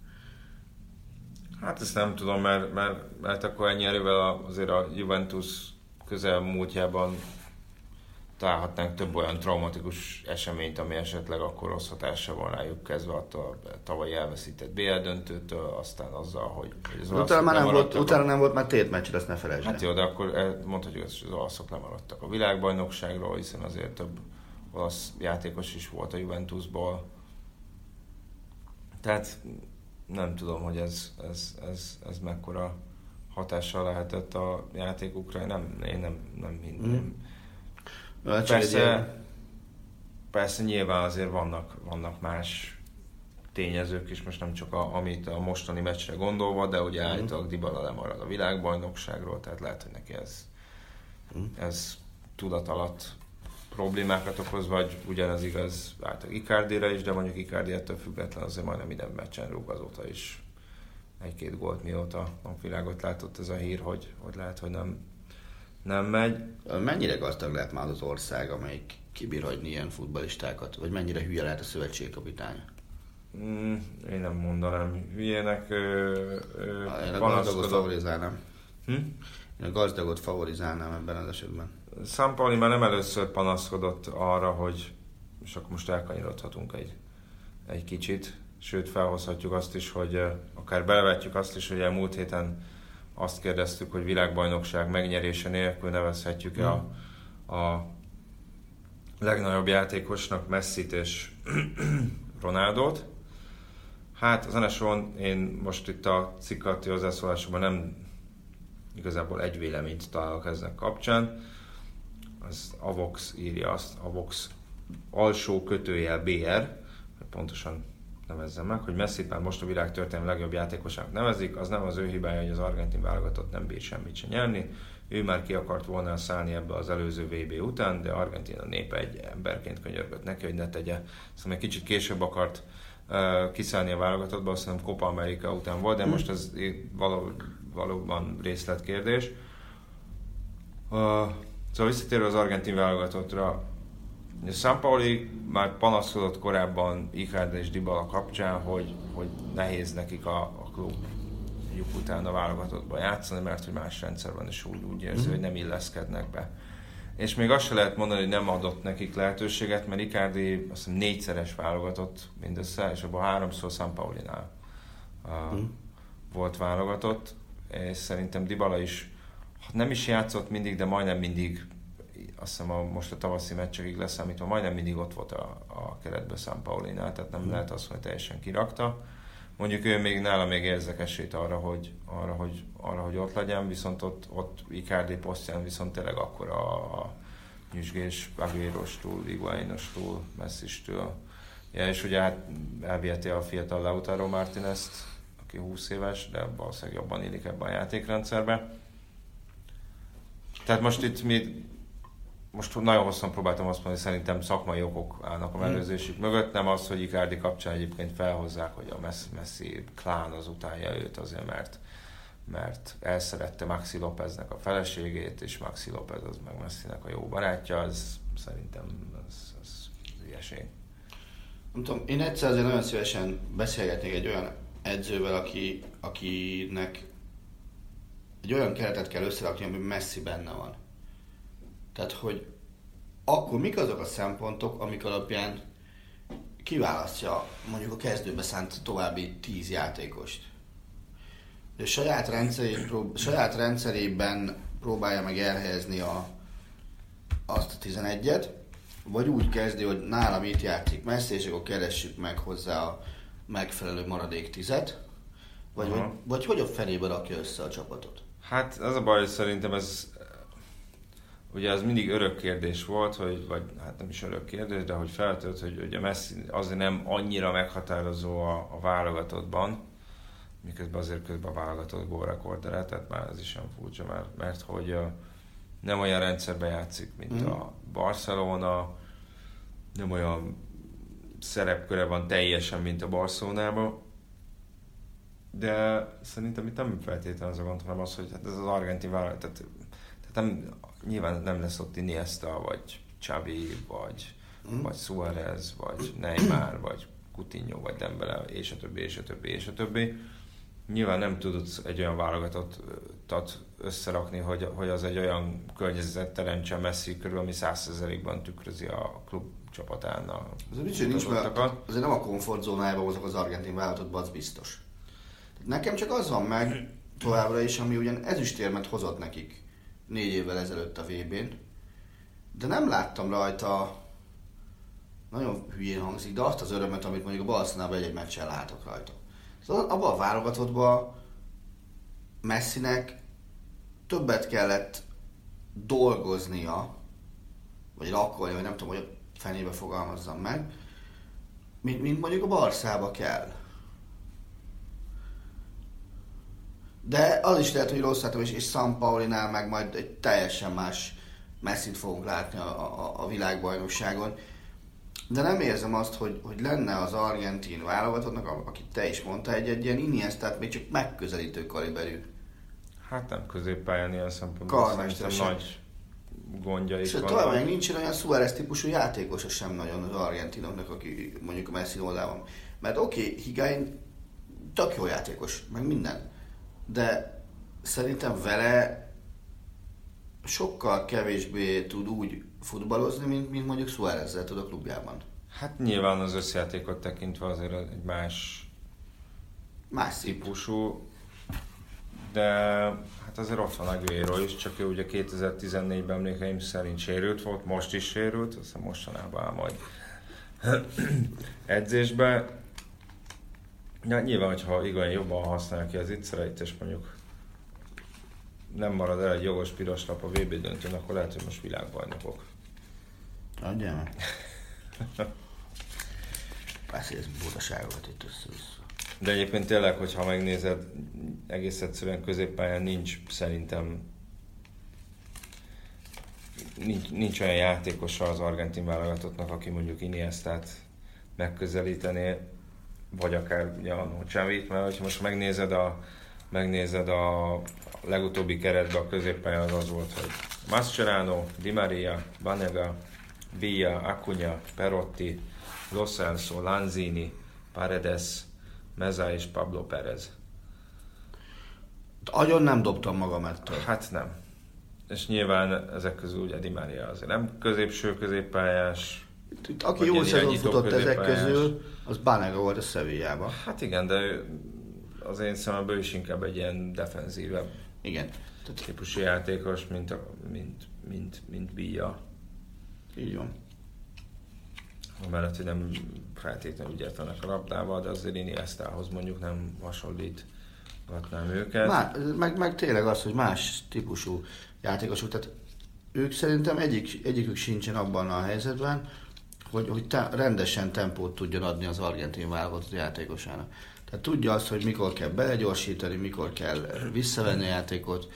Hát ezt nem tudom, mert akkor ennyi erővel azért a Juventus közelmúltjában találhatnánk több olyan traumatikus eseményt, ami esetleg akkor rossz hatással van rájuk, kezdve attól a tavalyi elveszített BL döntőtől, aztán azzal, hogy az utána nem volt már tét meccs, ezt ne felejtsd. Hát jó, de akkor mondhatjuk, hogy az olaszok lemaradtak a világbajnokságról, hiszen azért több olasz játékos is volt a Juventusból. Tehát nem tudom, hogy ez mekkora hatással lehetett a játékukra, én nem hinném. Persze nyilván azért vannak más tényezők is, most nem csak amit a mostani meccsre gondolva, de ugye állítólag Dybala lemarad a világbajnokságról, tehát lehet, hogy neki ez tudat alatt problémákat okoz, vagy ugyanez igaz általában Icardira is, de mondjuk Icardi ettől független azért majdnem minden meccsen rúg azóta is egy-két gólt, mióta napvilágot látott ez a hír, hogy lehet, hogy nem megy. Mennyire gazdag lehet már az ország, amelyik kibír hagyni ilyen futballistákat? Vagy mennyire hülye lehet a szövetségkapitány? Én nem mondanám hülyének. Én a gazdagot favorizálnám. Én a gazdagot favorizálnám ebben az esetben. Sampaoli már nem először panaszkodott arra, hogy, és akkor most elkanyarodhatunk egy kicsit, sőt felhozhatjuk azt is, hogy akár belevetjük azt is, hogy a múlt héten azt kérdeztük, hogy világbajnokság megnyerése nélkül nevezhetjük-e a legnagyobb játékosnak Messit és Ronaldót. Hát az NSO-n én most itt a cikk alatti hozzászólásban nem igazából egy véleményt találok eznek kapcsán. Az Avox írja azt, Avox alsó kötőjel BR, hogy pontosan nevezzem meg, hogy Messit már most a világ történelmi legjobb játékosának nevezik, az nem az ő hibája, hogy az argentin válogatott nem bír semmit se nyerni. Ő már ki akart volna szállni ebbe az előző VB után, de Argentina népe egy emberként könyörgött neki, hogy ne tegye. Szóval egy kicsit később akart kiszállni a válogatottba, azt hiszem Copa America után volt, de most ez valóban részletkérdés. Szóval visszatérve az argentin válogatottra, Sampaoli már panaszkodott korábban Icardi és Dybala kapcsán, hogy nehéz nekik a klubjuk után a válogatottba játszani, mert hogy más rendszerben is úgy érzi, hogy nem illeszkednek be. És még azt se lehet mondani, hogy nem adott nekik lehetőséget, mert Icardi azt hiszem 4-szeres válogatott mindössze, és abban 3-szor Sampaulinál volt válogatott, és szerintem Dybala is, nem is játszott mindig, de majdnem mindig, azt hiszem most a tavaszi meccsekig leszámítva, majdnem mindig ott volt a keretben Sampaulinál, tehát nem lehet azt, hogy teljesen kirakta. Mondjuk ő még nála még érzek esélyt arra, hogy ott legyen, viszont ott Icardi posztján viszont tényleg akkor a nyüzsgés Agüero-stól, Higuaín-ostól, Messi-stől. Ja, és ugye hát elviheti a fiatal Lautaro Martínez-t, aki 20 éves, de valószínűleg jobban illik ebben a játékrendszerbe. Tehát most itt most nagyon hosszan próbáltam azt mondani, hogy szerintem szakmai okok állnak a mellőzésük mögött, nem az, hogy Icardi kapcsán egyébként felhozzák, hogy a Messi klán az utálja őt azért, mert elszerette Maxi Lópeznek a feleségét, és Maxi López az meg Messinek a jó barátja, az szerintem az ilyeség. Nem tudom, én egyszer azért nagyon szívesen beszélgetnék egy olyan edzővel, akinek egy olyan keretet kell összerakni, amiben Messi benne van. Tehát, hogy akkor mik azok a szempontok, amik alapján kiválasztja mondjuk a kezdőbe szánt további 10 játékost. De saját rendszerében próbálja meg elhelyezni azt a 11-et, vagy úgy kezdi, hogy nálam itt játszik Messi, és akkor keressük meg hozzá a megfelelő maradék 10-et, vagy hogy a fenébe rakja össze a csapatot? Hát az a baj, hogy szerintem ugye ez mindig örök kérdés volt, vagy hát nem is örök kérdés, de hogy feltört, hogy a Messi azért nem annyira meghatározó a válogatottban, miközben azért közben a válogatott gólrekordere, tehát már ez is sem furcsa, mert hogy nem olyan rendszerben játszik, mint a Barcelona, nem olyan szerepköre van teljesen, mint a Barcelonában, de szerintem itt nem feltétlenül az a gond, hanem az, hogy hát ez az argentin válogatott, tehát nyilván nem lesz ott Iniesta, vagy Xavi, vagy Suárez, vagy Neymar, vagy Coutinho, vagy Dembele, és a többi. Nyilván nem tudod egy olyan válogatottat összerakni, hogy az egy olyan környezet teremtsen Messi körül, ami 100%-ban tükrözi a klub csapatán a mutatókat. Azért nem a komfortzónájában hozok az argentin válogatottba, az biztos. Nekem csak az van meg továbbra is, ami ugyan ezüstérmet hozott nekik 4 évvel ezelőtt a VB-n, de nem láttam rajta, nagyon hülyén hangzik, de azt az örömet, amit mondjuk a Barcelonában egy meccsen látok rajta. Szóval abban a válogatottban Messinek többet kellett dolgoznia, vagy rakolni, vagy nem tudom, hogy a fenébe fogalmazzam meg, mint mondjuk a Barszába kell. De az is lehet, hogy rossz látom, és Sampaulinál meg majd egy teljesen más Messit fogunk látni a világbajnokságon. De nem érzem azt, hogy lenne az argentin válogatottnak, akit te is mondtál, egy ilyen Iniestát még csak megközelítő kaliberű. Hát nem középpályán ilyen szempontból szerintem nagy gondjaik vannak. Tovább meg nincsen olyan Suárez típusú játékosa sem nagyon az argentinoknak, aki mondjuk a Messi oldalában. Mert oké, Higuain tök jó játékos, meg minden. De szerintem vele sokkal kevésbé tud úgy futballozni, mint mondjuk Suárezzel tud a klubjában. Hát nyilván az összjátékot tekintve azért egy más típusú, de hát azért ott van Agüero is, csak ő ugye 2014-ben emlékeim szerint sérült volt, most is sérült, aztán mostanában áll majd edzésbe. Ja, nyilván, hogyha Higuain jobban használja ki az ittszereit, és mondjuk nem marad el egy jogos piros lap a VB döntőn, akkor lehet, hogy most világbajnokok. Adjál meg. Beszélsz butaságokat itt össze-vissza. De egyébként tényleg, hogyha megnézed, egész egyszerűen középpályán szerintem nincs olyan játékosa az argentin válogatottnak, aki mondjuk Iniestát megközelítené, vagy akár ugye a Xavit, mert hogyha most megnézed a legutóbbi keretben a középpályán az volt, hogy Mascherano, Di Maria, Banega, Villa, Acuna, Perotti, Lo Celso, Lanzini, Paredes, Meza és Pablo Pérez. Agyon nem dobtam magam ettől. Hát nem. És nyilván ezek közül ugye Di Maria azért nem középpályás. Aki jó szezon futott ezek közül, az Banega volt a Sevillában. Hát igen, de az én szememből is inkább egy ilyen defenzívebb típusú játékos, mint Villa. Így van. Amellett, hogy nem feltétlenül ügyetlenek a labdával, de azért Iniestához mondjuk nem hasonlítgatnám őket. Meg tényleg az, hogy más típusú játékosok, tehát ők szerintem egyikük sincsen abban a helyzetben, hogy rendesen tempót tudjon adni az argentin válogatott játékosának. Tehát tudja azt, hogy mikor kell belegyorsítani, mikor kell visszavenni a játékot.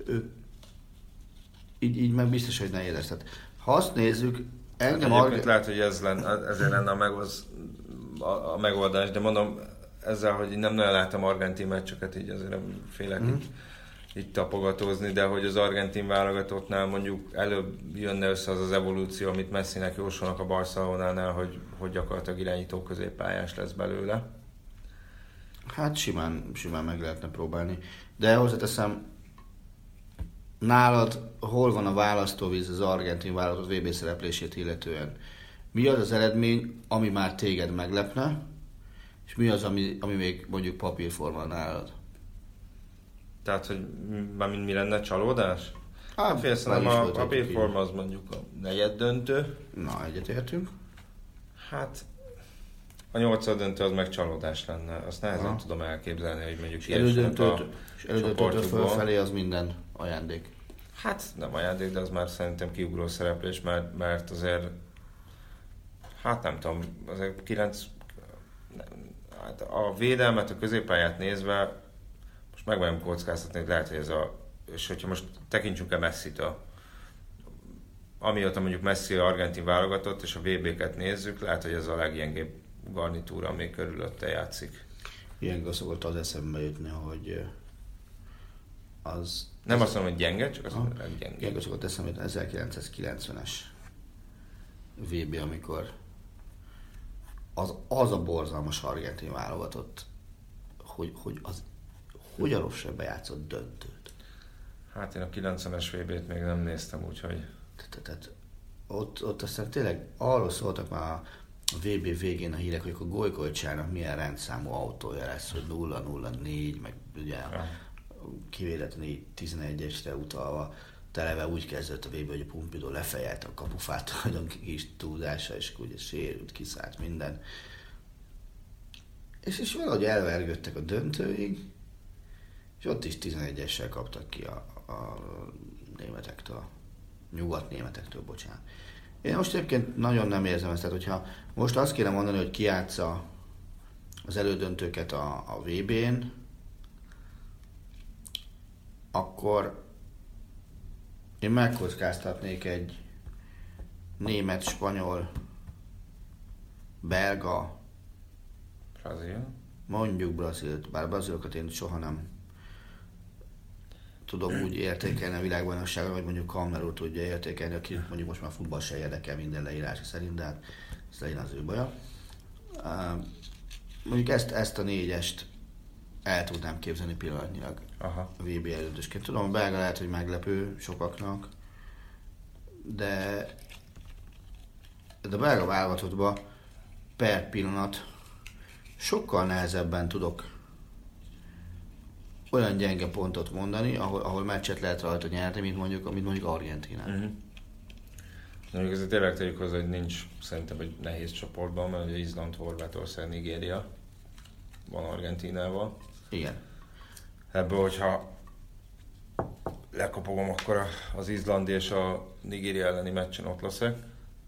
Így meg biztos, hogy nehéz lesz. Tehát, ha azt nézzük, lehet, hogy ezért lenne a megoldás, de mondom, ezzel, hogy nem nagyon láttam argentin meccseket, így azért nem félek itt tapogatózni, de hogy az argentin válogatottnál mondjuk előbb jönne össze az evolúció, amit Messinek jósolnak a Barcelonánál, hogy gyakorlatilag irányító középpályás lesz belőle. Hát simán meg lehetne próbálni. De hozzáteszem, nálad hol van a választóvíz az argentin válogatott VB szereplését illetően? Mi az az eredmény, ami már téged meglepne, és mi az, ami még mondjuk papírforma nálad? Tehát, hogy mi lenne csalódás? Hát, félszem, a papírforma az mondjuk a negyeddöntő. Na, egyetértünk. Hát a nyolcaddöntő az meg csalódás lenne. Azt nehezen tudom elképzelni, hogy mondjuk elődöntőtől fölfelé az minden ajándék. Hát nem ajándék, de az már szerintem kiugró szereplés, mert azért hát nem tudom, azért hát a védelmet, a középpályát nézve most meg vagyom kockáztatni, hogy lehet, hogy és hogyha most tekintsünk Messitől, amióta mondjuk Messi a argentin válogatott, és a VB-ket nézzük, lehet, hogy ez a leggyengébb garnitúra, ami körülötte játszik. Ilyenkor szokott az eszembe jutni, hogy az... Nem azt mondom, hogy gyenge, csak azt mondom, hogy leggyengébb. Ilyenkor szokott eszembe jutni 1990-es VB, amikor az a borzalmas argentin válogatott, hogy az hogyan rosszabb bejátszott döntőt. Hát én a 90-es VB-t még nem néztem, úgyhogy... Tehát ott aztán tényleg arról szóltak már a VB végén a hírek, hogy a Golykovicsárnak milyen rendszámú autója lesz, hogy 004, meg ugye kivéletlenül 11-esre utalva, televe úgy kezdett a VB, hogy a Pompidou lefejelte a kapufát, nagyon kis túlzása, és ugye sérült, kiszállt minden. És valahogy elvergődtek a döntőig, és ott is 11-essel kaptak ki a németektől, nyugat-németektől, bocsánat. Én most egyébként nagyon nem érzem ezt, tehát hogyha most azt kéne mondani, hogy ki játsza az elődöntőket a VB-n, akkor én megkockáztatnék egy német, spanyol, belga, Brazil. Mondjuk Brazilt, bár brazilokat én soha nem tudom úgy értékelni a világbajnokságon, hogy mondjuk Kammeró tudja értékelni, aki mondjuk most már futball se érdekel minden leírása szerint, de hát ez legyen az ő baja. mondjuk ezt a 4-est el tudnám képzelni pillanatnyilag a VB elődösként. Tudom, a belga lehet, hogy meglepő sokaknak, de a belga válogatottban per pillanat sokkal nehezebben tudok olyan gyenge pontot mondani, ahol meccset lehet rajta nyerni, mint mondjuk Argentinán. Mondjuk ezért tényleg tegyük hozzá, hogy nincs szerintem egy nehéz csoportban, mert ugye Izland, Horvátország, Nigéria van Argentínával. Igen. Ebből, hogyha lekapogom, akkor az izlandi és a Nigéria elleni meccsen ott leszek.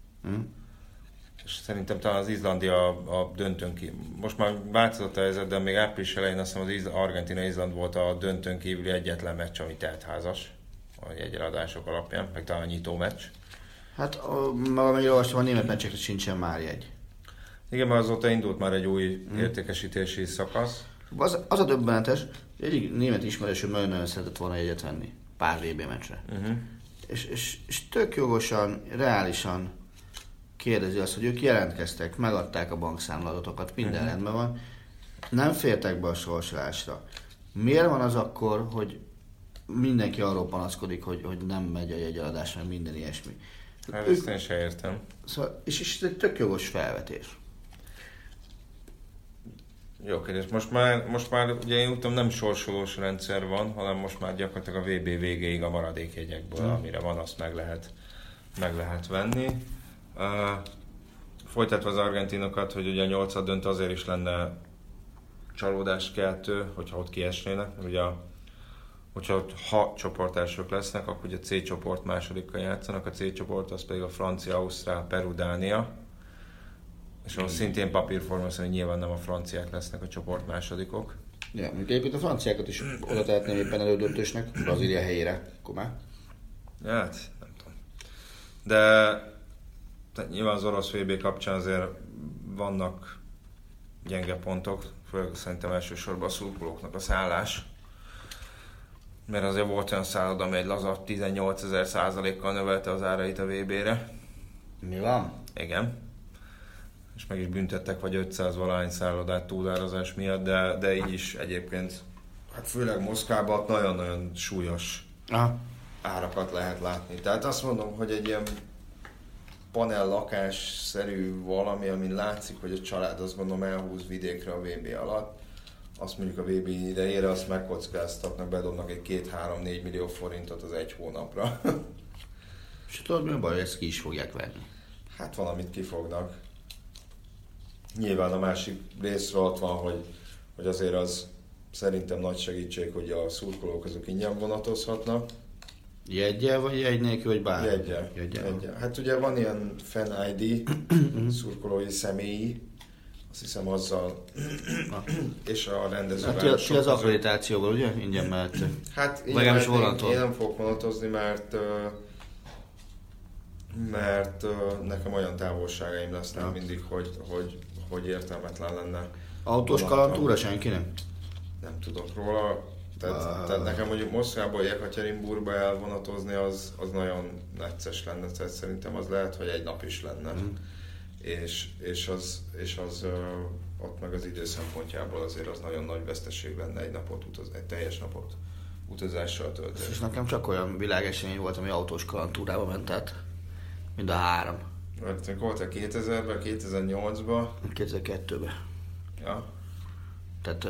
És szerintem talán az izlandi a döntőn ki. Most már változott a helyzet, de még április elején azt hiszem az Argentina-Izland volt a döntőn kívüli egyetlen meccs, ami teltházas, a jegyeladások alapján, meg talán a nyitó meccs. Hát amennyire olvastam, a német meccsekre sincsen már jegy. Igen, mert azóta indult már egy új értékesítési szakasz. Az a döbbenetes, hogy egyik német ismerősöm nagyon-nagyon szeretett volna jegyet venni pár VB meccsre. És tök jogosan, reálisan kérdezi azt, hogy ők jelentkeztek, megadták a bankszámladatokat, minden rendben van, nem fértek be a sorsolásra. Miért van az akkor, hogy mindenki arról panaszkodik, hogy nem megy a jegyeladás, meg minden ilyesmi? Hát ezt én sem értem. Szóval, és ez egy tök jogos felvetés. Jó kérdés. Most már ugye én tudom, nem sorsolós rendszer van, hanem most már gyakorlatilag a VB végéig a maradékjegyekből, amire van, azt meg lehet venni. Folytatva az argentinokat, hogy ugye a 8. döntő azért is lenne csalódáskeltő, hogyha ott kiesnének. Ugye ha csoportások lesznek, akkor ugye a C csoport másodikkal játszanak, a C csoport az pedig a Francia, Ausztrál, Peru, Dánia. És ahol szintén papírforma szerint nyilván nem a franciák lesznek a csoport másodikok. Ja, mondjuk egyébként a franciákat is oda tehetném éppen elődöntősnek, Brazília helyére, akkor már. Hát, nem tudom. De tehát nyilván az orosz VB kapcsán azért vannak gyenge pontok, főleg szerintem elsősorban a szurkolóknak a szállás. Mert azért volt olyan szálloda, amely egy laza 18,000%-kal növelte az árait a VB-re. Mi van? Igen. És meg is büntettek vagy 500 valahány szállodát túlárazás miatt, de így is egyébként, hát főleg Moszkvában nagyon-nagyon súlyos árakat lehet látni. Tehát azt mondom, hogy egy ilyen panel lakás-szerű valami, amin látszik, hogy a család azt gondolom elhúz vidékre a VB alatt, azt mondjuk a VB idejére azt megkockáztatnak, bedobnak egy 2-3-4 millió forintot az egy hónapra. És tudod mi a baj, hogy ezt ki is fogják venni? Hát valamit kifognak. Nyilván a másik részről ott van, hogy azért az szerintem nagy segítség, hogy a szurkolók azok ingyen vonatozhatnak. Jeggyel vagy jegy nélkül, vagy bár? Jeggyel. Hát ugye van ilyen fan ID, szurkolói személyi, azt hiszem azzal, és a rendezővel. Hát ti az akkreditációval, ugye? Ingyen mellett. Hát én nem fogok vonatozni, mert nekem olyan távolságaim lesznek mindig, hogy értelmetlen lenne. Autós kalandtúra senki nem? Nem tudok róla. Tehát nekem mondjuk Moszkvából Jekaterinburgba elvonatozni az nagyon necces lenne, tehát szerintem az lehet, hogy egy nap is lenne. És az ott meg az idő szempontjából azért az nagyon nagy veszteség lenne egy teljes napot utazással tölteni. És nekem csak olyan világesemény volt, ami autós kalandtúrába ment át, mind a 3. Mert volt 2000-ben, 2008-ban? 2002-ben. Ja. Tehát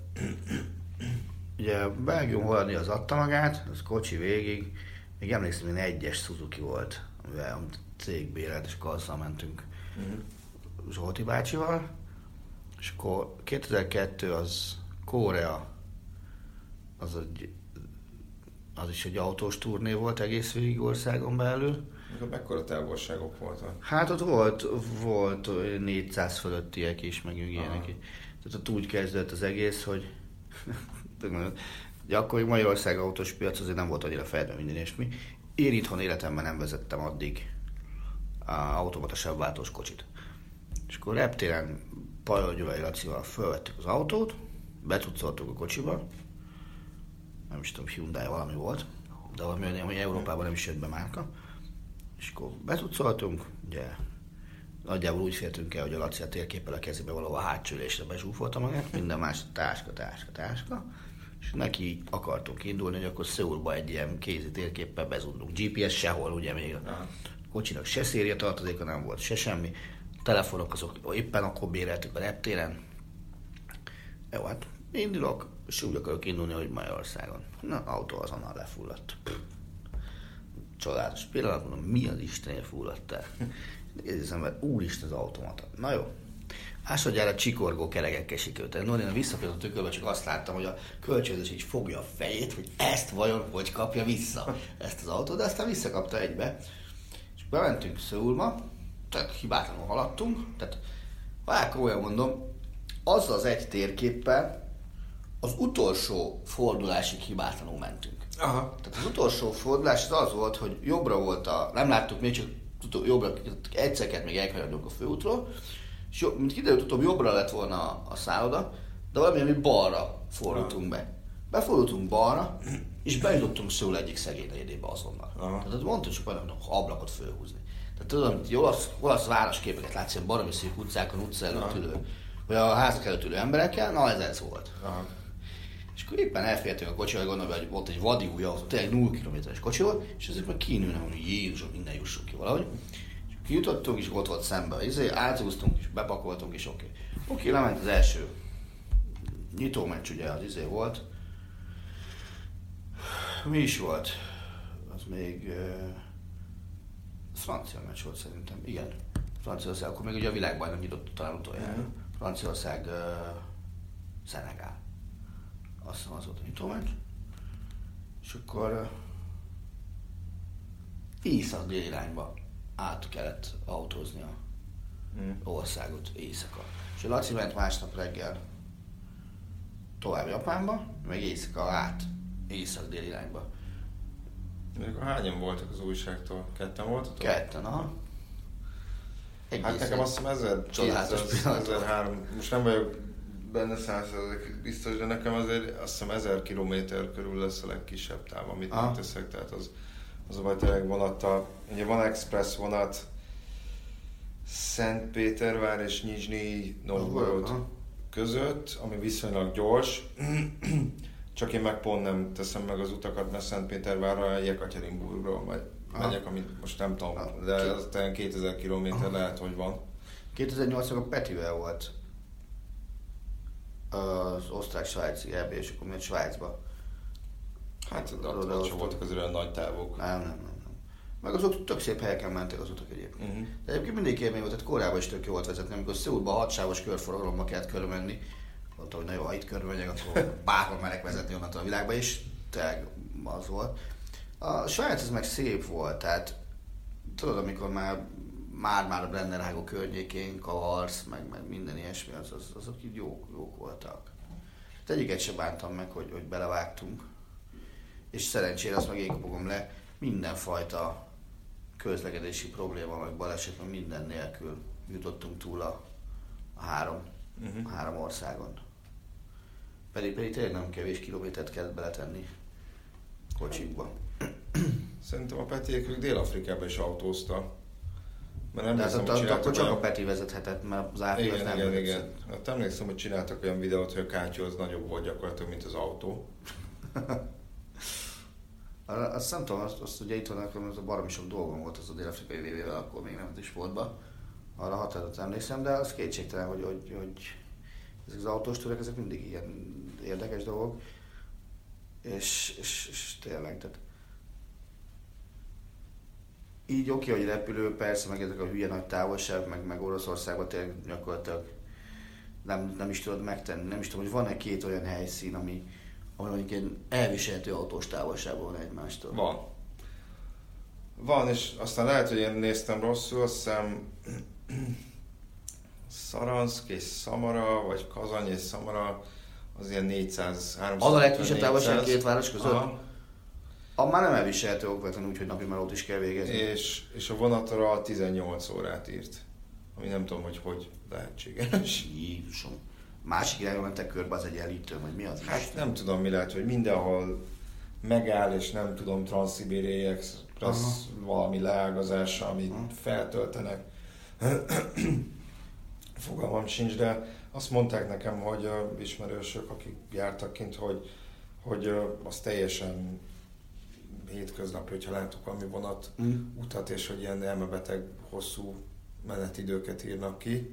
ugye Belgium Hollandia az adta magát, az kocsi végig, még emlékszem, hogy egy 1-es Suzuki volt, amivel cég bérelt, és akkor azzal mentünk Zsolti bácsival, és akkor 2002 az Korea, az is egy autós turné volt egész végig országon belül. Mekkora távolságok voltak? Hát ott volt 400 fölöttiek is, meg ilyenek. Tehát ott úgy kezdődött az egész, hogy akkor Magyarország autós piac azért nem volt annyira fejlődve minden ilyesmi. Én itthon életemben nem vezettem addig automata sebváltós kocsit. És akkor reptéren Pajor Gyulai Lacival fölvettük az autót, becucoltuk a kocsiba, nem is tudom, Hyundai valami volt, de valami, ami Európában nem is jött be márka. És akkor becucoltunk, ugye nagyjából úgy fértünk el, hogy a Laci a térképpel a kezébe valahol a hátsó ülésre bezsúfolta magát, minden más táska, és neki akartunk indulni, hogy akkor Szöulba egy ilyen kézi térképpel bezudunk. GPS sehol, ugye még a kocsinak se széria tartozéka nem volt, se semmi. A telefonok azok éppen akkor béreltük a reptéren. Jó, hát indulok, és úgy akarok indulni, hogy Magyarországon. Na, autó azonnal lefulladt. Csodálatos pillanat, mondom, mi az Istenért fulladt el? Érzem, mert úristen az automata. Na jó. Másodjára csikorgó kerekekkel sikerült. No, én visszapillantott a tükörbe, csak azt láttam, hogy a kölcsönzés így fogja a fejét, hogy ezt vajon hogy kapja vissza, ezt az autót, de aztán visszakapta egybe. És bementünk Szöulba, tehát hibátlanul haladtunk, tehát ha komolyan mondom, azzal az egy térképpel az utolsó fordulásig hibátlanul mentünk. Aha. Tehát az utolsó fordulás az volt, hogy jobbra volt nem láttuk még, csak jobbra, egyszer kellett még elkanyarodnunk a főútról, és mint kiderült, utóbb jobbra lett volna a szálloda, de valami balra fordultunk be. Befordultunk balra, és bejutottunk Szöul egyik szegény negyedébe azonnal. Aha. Tehát mondtuk, csak olyan ablakot fölhúzni. Tehát tudom, hogy olasz városképeket látsz, ilyen baromi szűk utcákon, utca előtt ülő, vagy a házak előtt ülő emberekkel, na ez volt. Aha. És akkor éppen elfértünk a kocsival, gondolom, hogy volt egy vadi új autó, tényleg 0 kilométeres kocsi volt, és ezért meg kínülne, hogy Jézusom, innen jussunk ki valahogy. És kijutottunk, és ott volt szembe, átúztunk, és bepakoltunk, és oké, lement az első nyitómeccs, ugye az volt. Mi is volt? Az még francia meccs volt szerintem, igen. Franciaország, akkor még ugye a világbajnok nyitott talán utoljára. Franciaország, Szenegál. Azt hiszem az volt a nyitómeccs. És akkor észak-dél irányba át kellett autózni a országot éjszaka. És a Laci ment másnap reggel tovább Japánba, meg éjszaka át észak-dél irányba. Mondjuk hányan voltak az újságtól? Ketten voltatok? Ketten, aha. Hát nekem azt hiszem 1003, most nem vagyok benne 100% biztos, de nekem azért azt hiszem 1000 kilométer körül lesz a legkisebb táv, amit megteszek, tehát az a baj tényleg vonattal. Ugye van express vonat Szentpétervár és Nyizsnyi Novgorod között, ami viszonylag gyors, csak én meg pont nem teszem meg az utakat, mert Szentpétervárra, Jekaterinburgról majd megyek, amit most nem tudom, de az 2000 kilométer lehet, hogy van. 2008-ban a Petivel volt az osztrák-svájci EB, és akkor még Svájcba. Hát ott sem voltak azért olyan nagy távok. Nem. Meg azok tök szép helyeken mentek az utak egyébként. De egyébként mindig élmény volt, tehát Koreában is tök jó volt vezetni, amikor Szöulban 6 sávos körforgalomba kellett körülmenni. Mondtam, hogy na jó, ha itt körülmegyek, akkor bárhol merek vezetni onnantól a világba, és tényleg az volt. A Svájc az meg szép volt, tehát tudod, amikor már a Brennerhágó környékén kavarsz, meg minden ilyesmi, azok így jók voltak. De egyiket sem bántam meg, hogy belevágtunk. És szerencsére azt meg én kapogom le, mindenfajta közlekedési probléma, meg baleset, meg minden nélkül jutottunk túl a három országon. Pedig tényleg nem kevés kilométert kellett beletenni kocsikba. Szerintem a Petiék Dél-Afrikában is autózta. De akkor csak a Peti vezethetett, mert az Áfi az nem vezetett. Igen. Hát emlékszem, hogy csináltak olyan videót, hogy a kátyú az nagyobb volt gyakorlatilag, mint az autó. Azt nem tudom, azt ugye itt van, akkor az a baromi sok dolgom volt az a dél-afrikai VB-vel, akkor még nem is sportba. Arra határozott emlékszem, de az kétségtelen, hogy ezek az autós túrák, ezek mindig ilyen érdekes dolgok. És tényleg, tehát így oké, hogy repülő, persze, meg ezek a hülye nagy távolság, meg Oroszországban tényleg gyakorlatilag nem is tudod megtenni. Nem is tudom, hogy van-e két olyan helyszín, ami mondjuk ilyen elviselhető autós távolságban van egymástól. Van, és aztán lehet, hogy én néztem rosszul, azt hiszem Szaranszk és Szamara, vagy Kazany és Szamara, az ilyen 400-300. Az a legkisebb távolság két város között? Aha. Már nem elviselhető okvetlenül úgy, hogy napi melót is kell végezni. És a vonatra 18 órát írt, ami nem tudom, hogy lehetséges. Jézusom. Másik irányba mentek körbe, az egy elítő, vagy mi az? Hát nem tudom, mi lehet, hogy mindenhol megáll, és nem tudom, Transzszibériai Express valami leágazása, amit feltöltenek. Fogalmam sincs, de azt mondták nekem, hogy ismerősök, akik jártak kint, hogy az teljesen hétköznapi, hogyha látok valami vonat utat, és hogy ilyen elmebeteg, hosszú menetidőket írnak ki.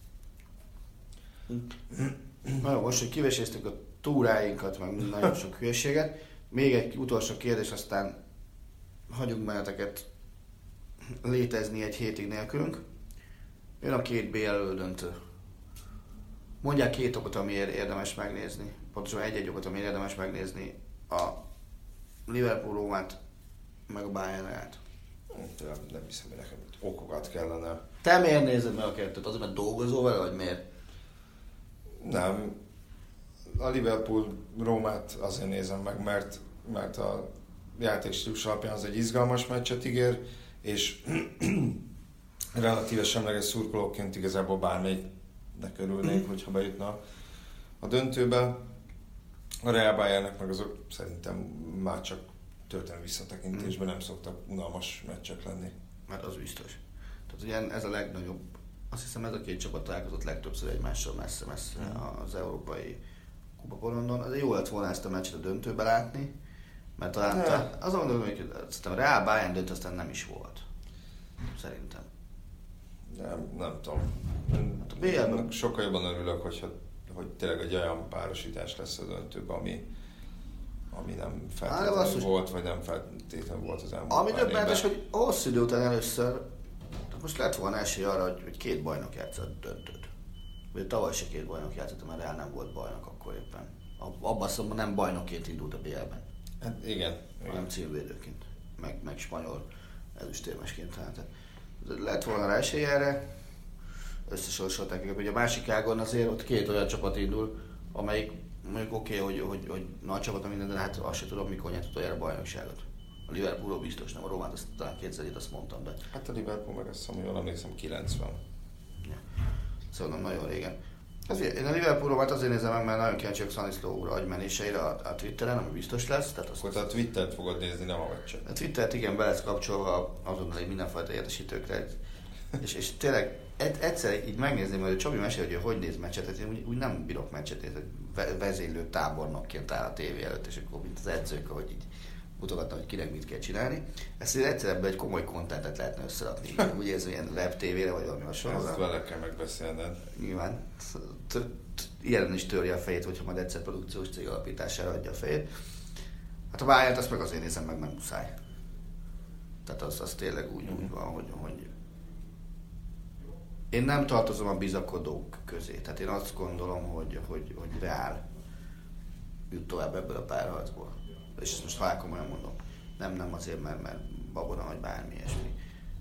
Na jó, most, hogy kiveséztük a túráinkat, meg nagyon sok hülyeséget, még egy utolsó kérdés, aztán hagyunk benneteket létezni egy hétig nélkülünk. Jön a 2 BL döntő. Mondják 2 okot, amiért érdemes megnézni. Pontosan egy okot, amiért érdemes megnézni a Liverpool Rómát, meg a Bayern-et. Nem hiszem, hogy nekem okokat kellene. Te miért nézed meg a 2-t? Azért, mert dolgozol vele, vagy miért? Nem. A Liverpool Rómát azért nézem meg, mert a játékstílus alapján az egy izgalmas meccset ígér, és relatíve semleges szurkolóként igazából bármelyiknek örülnék, hogyha bejutna a döntőbe. A Real Bayernnek meg azok szerintem már csak történelmi visszatekintésben nem szoktak unalmas meccsek lenni. Mert az biztos. Tehát ugye ez a legnagyobb, azt hiszem ez a 2 csapat találkozott legtöbbször egymással messze-messze az európai kupaporondon. Azért jó lett volna ezt a meccset a döntőbe látni, mert talán azon gondolom, hogy szerintem a Real Bayern döntő aztán nem is volt. Szerintem. Nem tudom. Hát sokkal jobban örülök, hogy tényleg egy olyan párosítás lesz a döntőben, ami nem feltétlenül volt, vagy nem feltétlenül volt az elmúlt ami döbbenetes, hogy hosszú idő után először, most lett volna esély arra, hogy 2 bajnok játszott döntőt. Vagy tavaly se 2 bajnok játszott, mert Real nem volt bajnok akkor éppen. Abban azonban nem bajnokként indult a BL-ben. Hát igen. Hanem címvédőként, meg spanyol ezüstérmesként. Tehát lett volna rá esély erre, összesorsolták őket. Ugye a másik ágon azért ott 2 olyan csapat indul, amelyik mondjuk oké, hogy nagy csapat minden, de hát azt sem tudom, mikor nyert utoljára a bajnokságot. A Liverpoolról biztos nem, a Rómát azt talán 2007 azt mondtam, de... Hát a Liverpool meg azt hiszem, hogy jól emlékszem, 90. Ja. Szóval nagyon régen. Én a Liverpool-Rómát azért nézem meg, mert nagyon kíváncsi vagyok Szaniszló úr agymenéseire a Twitteren, ami biztos lesz. Tehát azt a Twittert fogod nézni, nem a meccset. A Twittert igen, be lesz kapcsolva azonnal mindenfajta értesítőkre. és tényleg egyszer így megnézném, hogy Csabi mesél, hogy néz meccset, hát én úgy nem bírok meccset nézni, hogy vezénylő tábornokként áll a tévé előtt, és akkor mint az edzők, ahogy így mutogattam, hogy kinek mit kell csinálni. Ezt egyszer ebből egy komoly kontentet lehetne összerakni, úgy érzem, ilyen web tévére vagy valami hasonló. Ezt vele kell megbeszélned. Nyilván. Ilyen is törje a fejét, hogyha majd egyszer produkciós cég alapítására adja a fejét. Hát a Bayernt azt meg azért nézem meg, nem muszáj. Tehát az tényleg úgy van, hogy én nem tartozom a bizakodók közé. Tehát én azt gondolom, hogy Real jut tovább ebből a párharcból. És ezt most komolyan mondom. Nem azért, mert babona vagy bármi ilyesmi.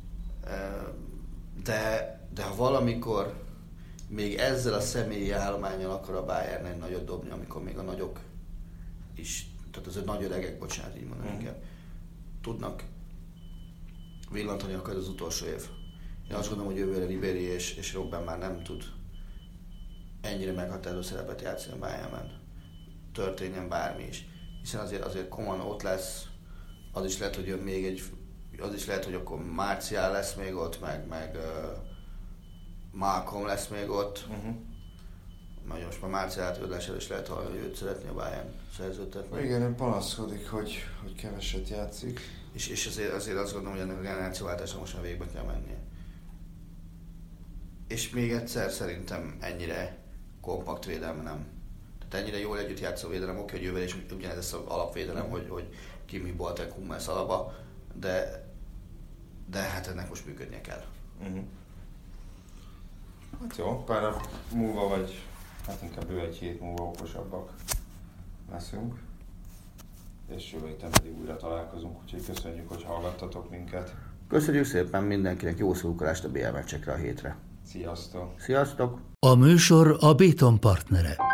De ha valamikor még ezzel a személyi állománnyal akar a Bayern egy nagyot dobni, amikor még a nagyok is, tehát az nagy öregek, bocsánat, így mondom inkább, tudnak villantani, akkor ez az utolsó év. Én azt gondolom, hogy jövőre Ribéry és Robben már nem tud ennyire meghatározó szerepet játszani a Bayernben. Történjen bármi is. Hiszen azért Coman ott lesz, az is lehet, hogy jön még az is lehet, hogy akkor Martial lesz még ott, meg Malcolm lesz még ott. Majd most már Martial átvédéssel is lehet hallani, hogy őt szeretné a Bayern szerződtetni. Igen, ő panaszkodik, hogy keveset játszik. És azért azt gondolom, hogy ennek a generációváltásra most már végbe kell mennie. És még egyszer szerintem ennyire kompakt védelme nem. Tehát ennyire jól együtt játszó védelem, oké, hogy jövőre is ugyanez lesz az alapvédelem, hogy Kimi, Boateng, Hummels alaba, de hát ennek most működnie kell. Hát jó, pár nap múlva vagy, hát inkább egy hét múlva okosabbak leszünk. És jövő héten pedig újra találkozunk, úgyhogy köszönjük, hogy hallgattatok minket. Köszönjük szépen mindenkinek, jó szurkolást a BL meccsekre a hétre. Sziasztok! Sziasztok! A műsor a Béton partnere.